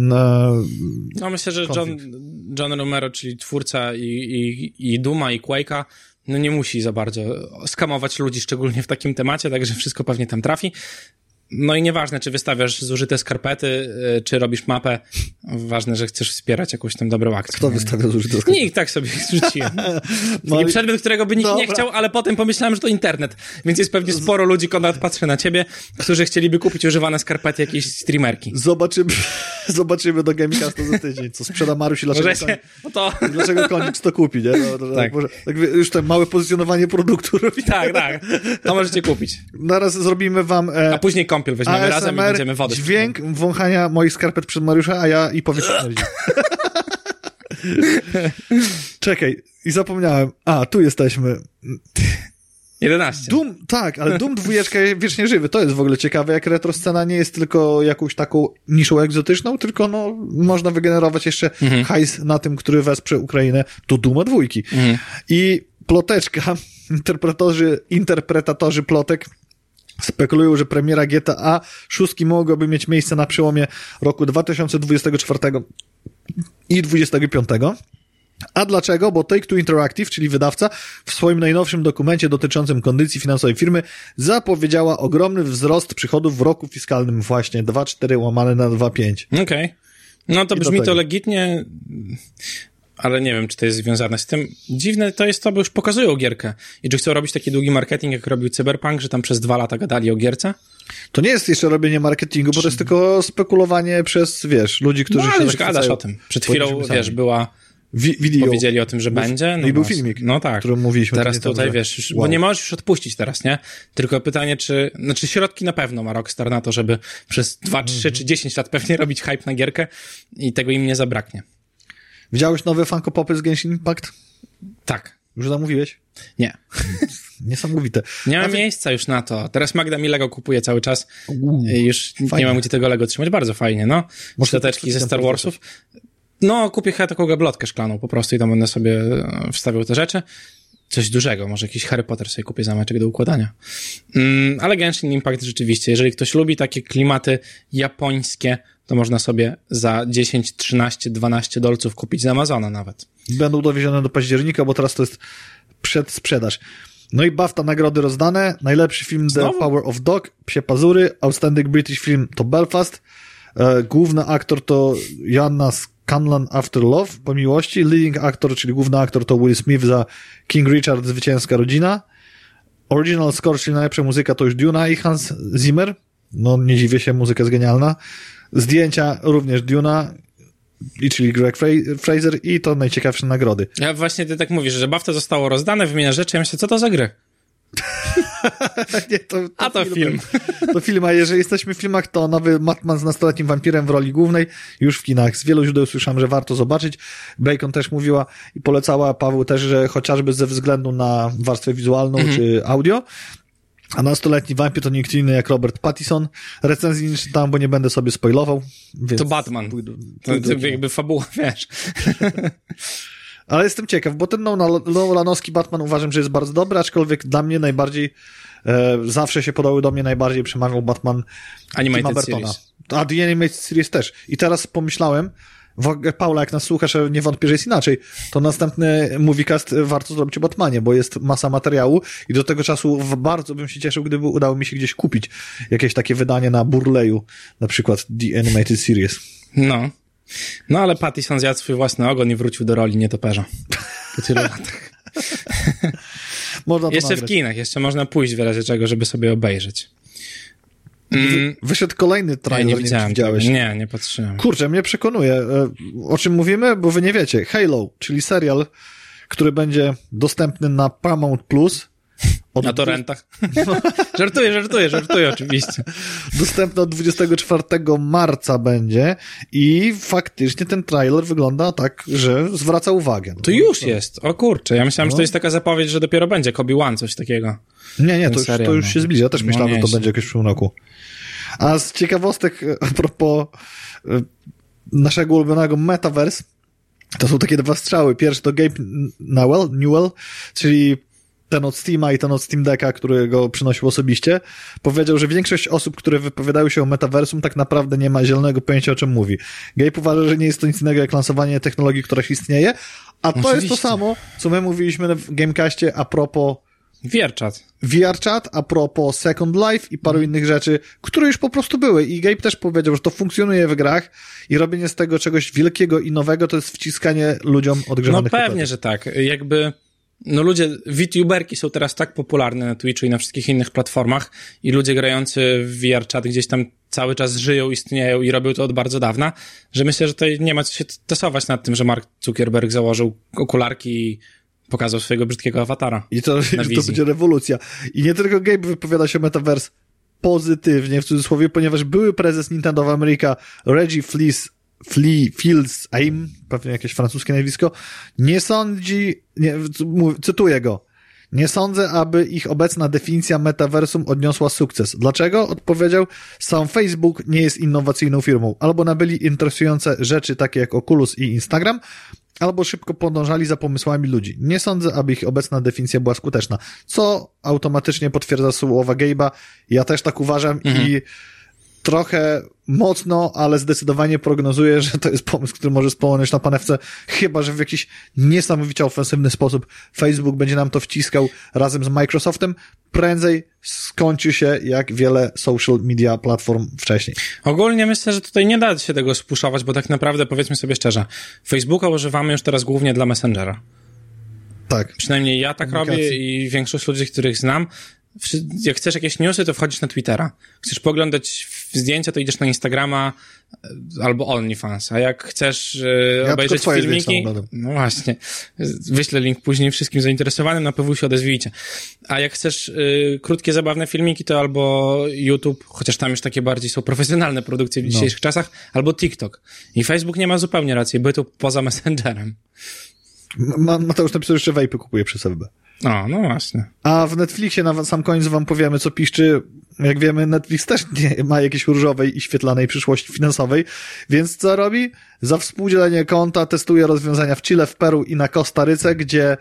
A: myślę, że John Romero, czyli twórca i Duma, i Quake'a, nie musi za bardzo skamować ludzi, szczególnie w takim temacie, także wszystko pewnie tam trafi. No i nieważne, czy wystawiasz zużyte skarpety, czy robisz mapę, ważne, że chcesz wspierać jakąś tam dobrą akcję.
B: Kto wystawia zużyte skarpety?
A: Nikt, tak sobie rzuciłem. Taki przedmiot, którego by nikt nie chciał, ale potem pomyślałem, że to internet, więc jest pewnie sporo ludzi, Konrad, patrzę na ciebie, którzy chcieliby kupić używane skarpety jakiejś streamerki.
B: Zobaczymy do Gamecastu za tydzień, co sprzeda Mariusz i dlaczego Konix to kupi, nie?
A: Tak.
B: Tak już to małe pozycjonowanie produktu robi.
A: Tak, to możecie kupić.
B: Zaraz zrobimy wam
A: a później kąpiel weźmiemy
B: ASMR,
A: razem i będziemy wodę.
B: Dźwięk wąchania moich skarpet przed Mariusza, a ja i powietrze. Czekaj, i zapomniałem. Tu jesteśmy.
A: 11.
B: Ale Doom 2 wiecznie żywy. To jest w ogóle ciekawe, jak retro scena nie jest tylko jakąś taką niszą egzotyczną, tylko można wygenerować jeszcze hajs na tym, który wesprze Ukrainę do Dooma 2. I ploteczka, interpretatorzy plotek spekulują, że premiera GTA 6 mogłaby mieć miejsce na przełomie roku 2024 i 2025. A dlaczego? Bo Take-Two Interactive, czyli wydawca, w swoim najnowszym dokumencie dotyczącym kondycji finansowej firmy zapowiedziała ogromny wzrost przychodów w roku fiskalnym właśnie 2,4 łamane na 2,5.
A: Okej. No to brzmi to legitnie, ale nie wiem, czy to jest związane z tym. Dziwne to jest to, bo już pokazują gierkę. I czy chcą robić taki długi marketing, jak robił Cyberpunk, że tam przez 2 lata gadali o gierce?
B: To nie jest jeszcze robienie marketingu, bo to jest tylko spekulowanie przez, ludzi, którzy się
A: już gadasz o tym. Przed chwilą, była... Powiedzieli o tym, że będzie.
B: I był filmik,
A: o którym
B: mówiliśmy.
A: Teraz tutaj, bo nie możesz już odpuścić teraz, nie? Tylko pytanie, środki na pewno ma Rockstar na to, żeby przez 2, 3 czy 10 lat pewnie robić hype na gierkę i tego im nie zabraknie.
B: Widziałeś nowe Funko Popy z Genshin Impact?
A: Tak.
B: Już zamówiłeś?
A: Nie.
B: Niesamowite.
A: Nie ma miejsca już na to. Teraz Magda mi Lego kupuje cały czas. Już fajnie. Nie mam gdzie tego Lego trzymać. Bardzo fajnie, no. Szczoteczki ze Star Warsów. No, kupię chyba taką gablotkę szklaną po prostu i tam będę sobie wstawiał te rzeczy. Coś dużego, może jakiś Harry Potter sobie kupię zameczek do układania. Ale Genshin Impact rzeczywiście, jeżeli ktoś lubi takie klimaty japońskie, to można sobie za 10, 13, 12 dolców kupić z Amazona nawet.
B: Będą dowiezione do października, bo teraz to jest przedsprzedaż. No i BAFTA nagrody rozdane. Najlepszy film The Power of Dog, Psie Pazury. Outstanding British Film to Belfast. Główny aktor to Joanna Scanlan After Love, po miłości. Leading actor, czyli główny aktor to Will Smith za King Richard, Zwycięska rodzina. Original score, czyli najlepsza muzyka to już Duna i Hans Zimmer. No nie dziwię się, muzyka jest genialna. Zdjęcia również Duna, czyli Greg Fraser i to najciekawsze nagrody.
A: Ja właśnie ty tak mówisz, że BAFTA zostało rozdane, wymienia rzeczy, ja myślę, co to za gry?
B: Nie, to film. To film, a jeżeli jesteśmy w filmach, to nowy Batman z nastoletnim wampirem w roli głównej już w kinach. Z wielu źródeł słyszałem, że warto zobaczyć. Bacon też mówiła i polecała, Paweł też, że chociażby ze względu na warstwę wizualną czy audio. A nastoletni wampir to nikt inny jak Robert Pattinson. Recenzji nie czytałem, bo nie będę sobie spoilował. Więc
A: to Batman. To jakby fabuła, wiesz.
B: Ale jestem ciekaw, bo ten nolanowski Batman uważam, że jest bardzo dobry, aczkolwiek dla mnie najbardziej, zawsze się podały do mnie najbardziej przemawiał Batman
A: Animated Series.
B: A The Animated Series też. I teraz pomyślałem, Paula, jak nas słuchasz, nie wątpię, że jest inaczej, to następny moviecast warto zrobić o Batmanie, bo jest masa materiału i do tego czasu bardzo bym się cieszył, gdyby udało mi się gdzieś kupić jakieś takie wydanie na Burleju, na przykład The Animated Series.
A: No, ale Pattison zjadł swój własny ogon i wrócił do roli nietoperza. Po tylu latach.
B: Można
A: jeszcze nagrać. W kinach, jeszcze można pójść w razie czego, żeby sobie obejrzeć.
B: Wyszedł kolejny trailer,
A: nie widziałem.
B: Widziałeś.
A: Nie patrzyłem.
B: Kurczę, mnie przekonuje. O czym mówimy? Bo wy nie wiecie. Halo, czyli serial, który będzie dostępny na Paramount Plus.
A: Na torrentach. Żartuję oczywiście.
B: Dostępny od 24 marca będzie i faktycznie ten trailer wygląda tak, że zwraca uwagę.
A: To już jest. O kurczę, ja myślałem, że to jest taka zapowiedź, że dopiero będzie Obi-Wan, coś takiego.
B: Nie, to już się zbliża. Ja też myślałem, że to będzie jakoś w przyszłym roku. A z ciekawostek a propos naszego ulubionego Metaverse, to są takie 2 strzały. Pierwszy to Gabe Newell, czyli ten od Steama i ten od Steam Decka, którego przynosił osobiście, powiedział, że większość osób, które wypowiadają się o metaversum, tak naprawdę nie ma zielonego pojęcia, o czym mówi. Gabe uważa, że nie jest to nic innego jak lansowanie technologii, która istnieje, a to jest to samo, co my mówiliśmy w Gamecastie a propos VRChat, a propos Second Life i paru innych rzeczy, które już po prostu były. I Gabe też powiedział, że to funkcjonuje w grach i robienie z tego czegoś wielkiego i nowego to jest wciskanie ludziom odgrzewanych
A: No pewnie, że tak. Jakby, no ludzie, VTuberki są teraz tak popularne na Twitchu i na wszystkich innych platformach i ludzie grający w VRChat gdzieś tam cały czas żyją, istnieją i robią to od bardzo dawna, że myślę, że tutaj nie ma co się testować nad tym, że Mark Zuckerberg założył okularki i pokazał swojego brzydkiego awatara.
B: I to będzie rewolucja. I nie tylko Gabe wypowiada się o Metaverse pozytywnie, w cudzysłowie, ponieważ były prezes Nintendo of America Reggie Fils-Aime, pewnie jakieś francuskie nazwisko, cytuję go, nie sądzę, aby ich obecna definicja metaversum odniosła sukces. Dlaczego? Odpowiedział, sam Facebook nie jest innowacyjną firmą. Albo nabyli interesujące rzeczy takie jak Oculus i Instagram, albo szybko podążali za pomysłami ludzi. Nie sądzę, aby ich obecna definicja była skuteczna. Co automatycznie potwierdza słowa Gabe'a. Ja też tak uważam i trochę mocno, ale zdecydowanie prognozuję, że to jest pomysł, który może spłonąć na panewce, chyba że w jakiś niesamowicie ofensywny sposób Facebook będzie nam to wciskał razem z Microsoftem. Prędzej skończy się jak wiele social media platform wcześniej.
A: Ogólnie myślę, że tutaj nie da się tego spuszować, bo tak naprawdę, powiedzmy sobie szczerze, Facebooka używamy już teraz głównie dla Messengera.
B: Tak.
A: Przynajmniej ja tak robię i większość ludzi, których znam. Jak chcesz jakieś newsy, to wchodzisz na Twittera. Chcesz poglądać zdjęcia, to idziesz na Instagrama albo OnlyFans. A jak chcesz obejrzeć filmiki... No właśnie. Wyślę link później wszystkim zainteresowanym, na pewno się odezwijcie. A jak chcesz krótkie, zabawne filmiki, to albo YouTube, chociaż tam już takie bardziej są profesjonalne produkcje w dzisiejszych czasach, albo TikTok. I Facebook nie ma zupełnie racji, bytu poza Messengerem.
B: Mateusz napisał, że jeszcze wejpy kupuje przez FB.
A: No właśnie.
B: A w Netflixie na sam koniec wam powiemy, co piszczy. Jak wiemy, Netflix też nie ma jakiejś różowej i świetlanej przyszłości finansowej, więc co robi? Za współdzielenie konta testuje rozwiązania w Chile, w Peru i na Kostaryce, gdzie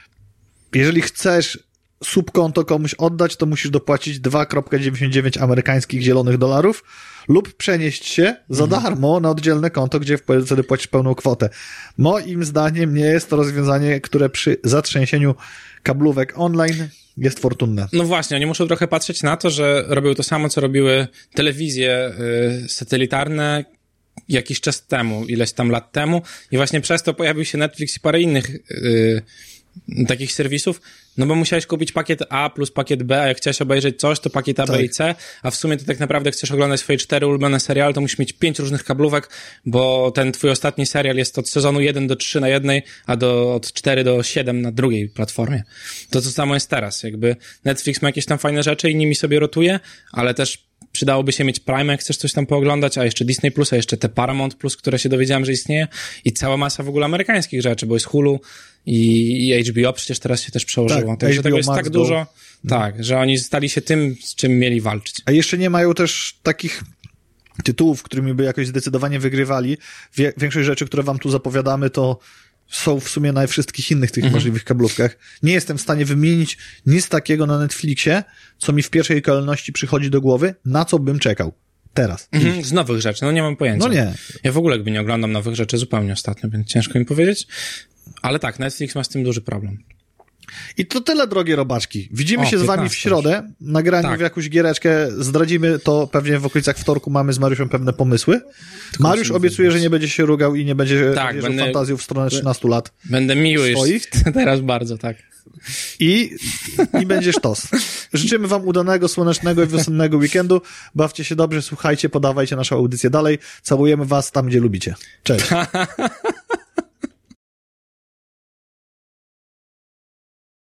B: jeżeli chcesz subkonto komuś oddać, to musisz dopłacić 2,99 amerykańskich zielonych dolarów lub przenieść się za darmo na oddzielne konto, gdzie wtedy płacisz pełną kwotę. Moim zdaniem nie jest to rozwiązanie, które przy zatrzęsieniu kablówek online jest fortunne.
A: No właśnie, oni muszą trochę patrzeć na to, że robią to samo, co robiły telewizje satelitarne jakiś czas temu, ileś tam lat temu i właśnie przez to pojawił się Netflix i parę innych takich serwisów, no bo musiałeś kupić pakiet A plus pakiet B, a jak chciałeś obejrzeć coś, to pakiet A, B i C, a w sumie to tak naprawdę chcesz oglądać swoje 4 ulubione seriale, to musisz mieć 5 różnych kablówek, bo ten twój ostatni serial jest od sezonu 1 do 3 na jednej, a od 4 do 7 na drugiej platformie. To samo jest teraz, jakby Netflix ma jakieś tam fajne rzeczy i nimi sobie rotuje, ale też przydałoby się mieć Prime, jak chcesz coś tam pooglądać, a jeszcze Disney Plus, a jeszcze te Paramount Plus, które się dowiedziałem, że istnieje i cała masa w ogóle amerykańskich rzeczy, bo jest Hulu i HBO przecież teraz się też przełożyło.
B: Tak,
A: także tego jest
B: Max
A: tak dużo, tak, że oni stali się tym, z czym mieli walczyć.
B: A jeszcze nie mają też takich tytułów, którymi by jakoś zdecydowanie wygrywali. Większość rzeczy, które wam tu zapowiadamy, to są w sumie na wszystkich innych tych możliwych kablówkach. Nie jestem w stanie wymienić nic takiego na Netflixie, co mi w pierwszej kolejności przychodzi do głowy, na co bym czekał. Teraz.
A: Z nowych rzeczy, no nie mam pojęcia.
B: No nie.
A: Ja w ogóle jakby nie oglądam nowych rzeczy zupełnie ostatnio, więc ciężko mi powiedzieć. Ale tak, Netflix ma z tym duży problem.
B: I to tyle, drogie robaczki. Widzimy się z wami w środę. Nagraniu w jakąś giereczkę. Zdradzimy to pewnie w okolicach wtorku. Mamy z Mariuszem pewne pomysły. Mariusz obiecuje, że nie będzie się rugał i nie będzie wierzył fantazją w stronę 13 lat.
A: Będę miły swoich. Już teraz bardzo, tak.
B: I będzie sztos. Życzymy wam udanego, słonecznego i wiosennego weekendu. Bawcie się dobrze, słuchajcie, podawajcie naszą audycję dalej. Całujemy was tam, gdzie lubicie. Cześć.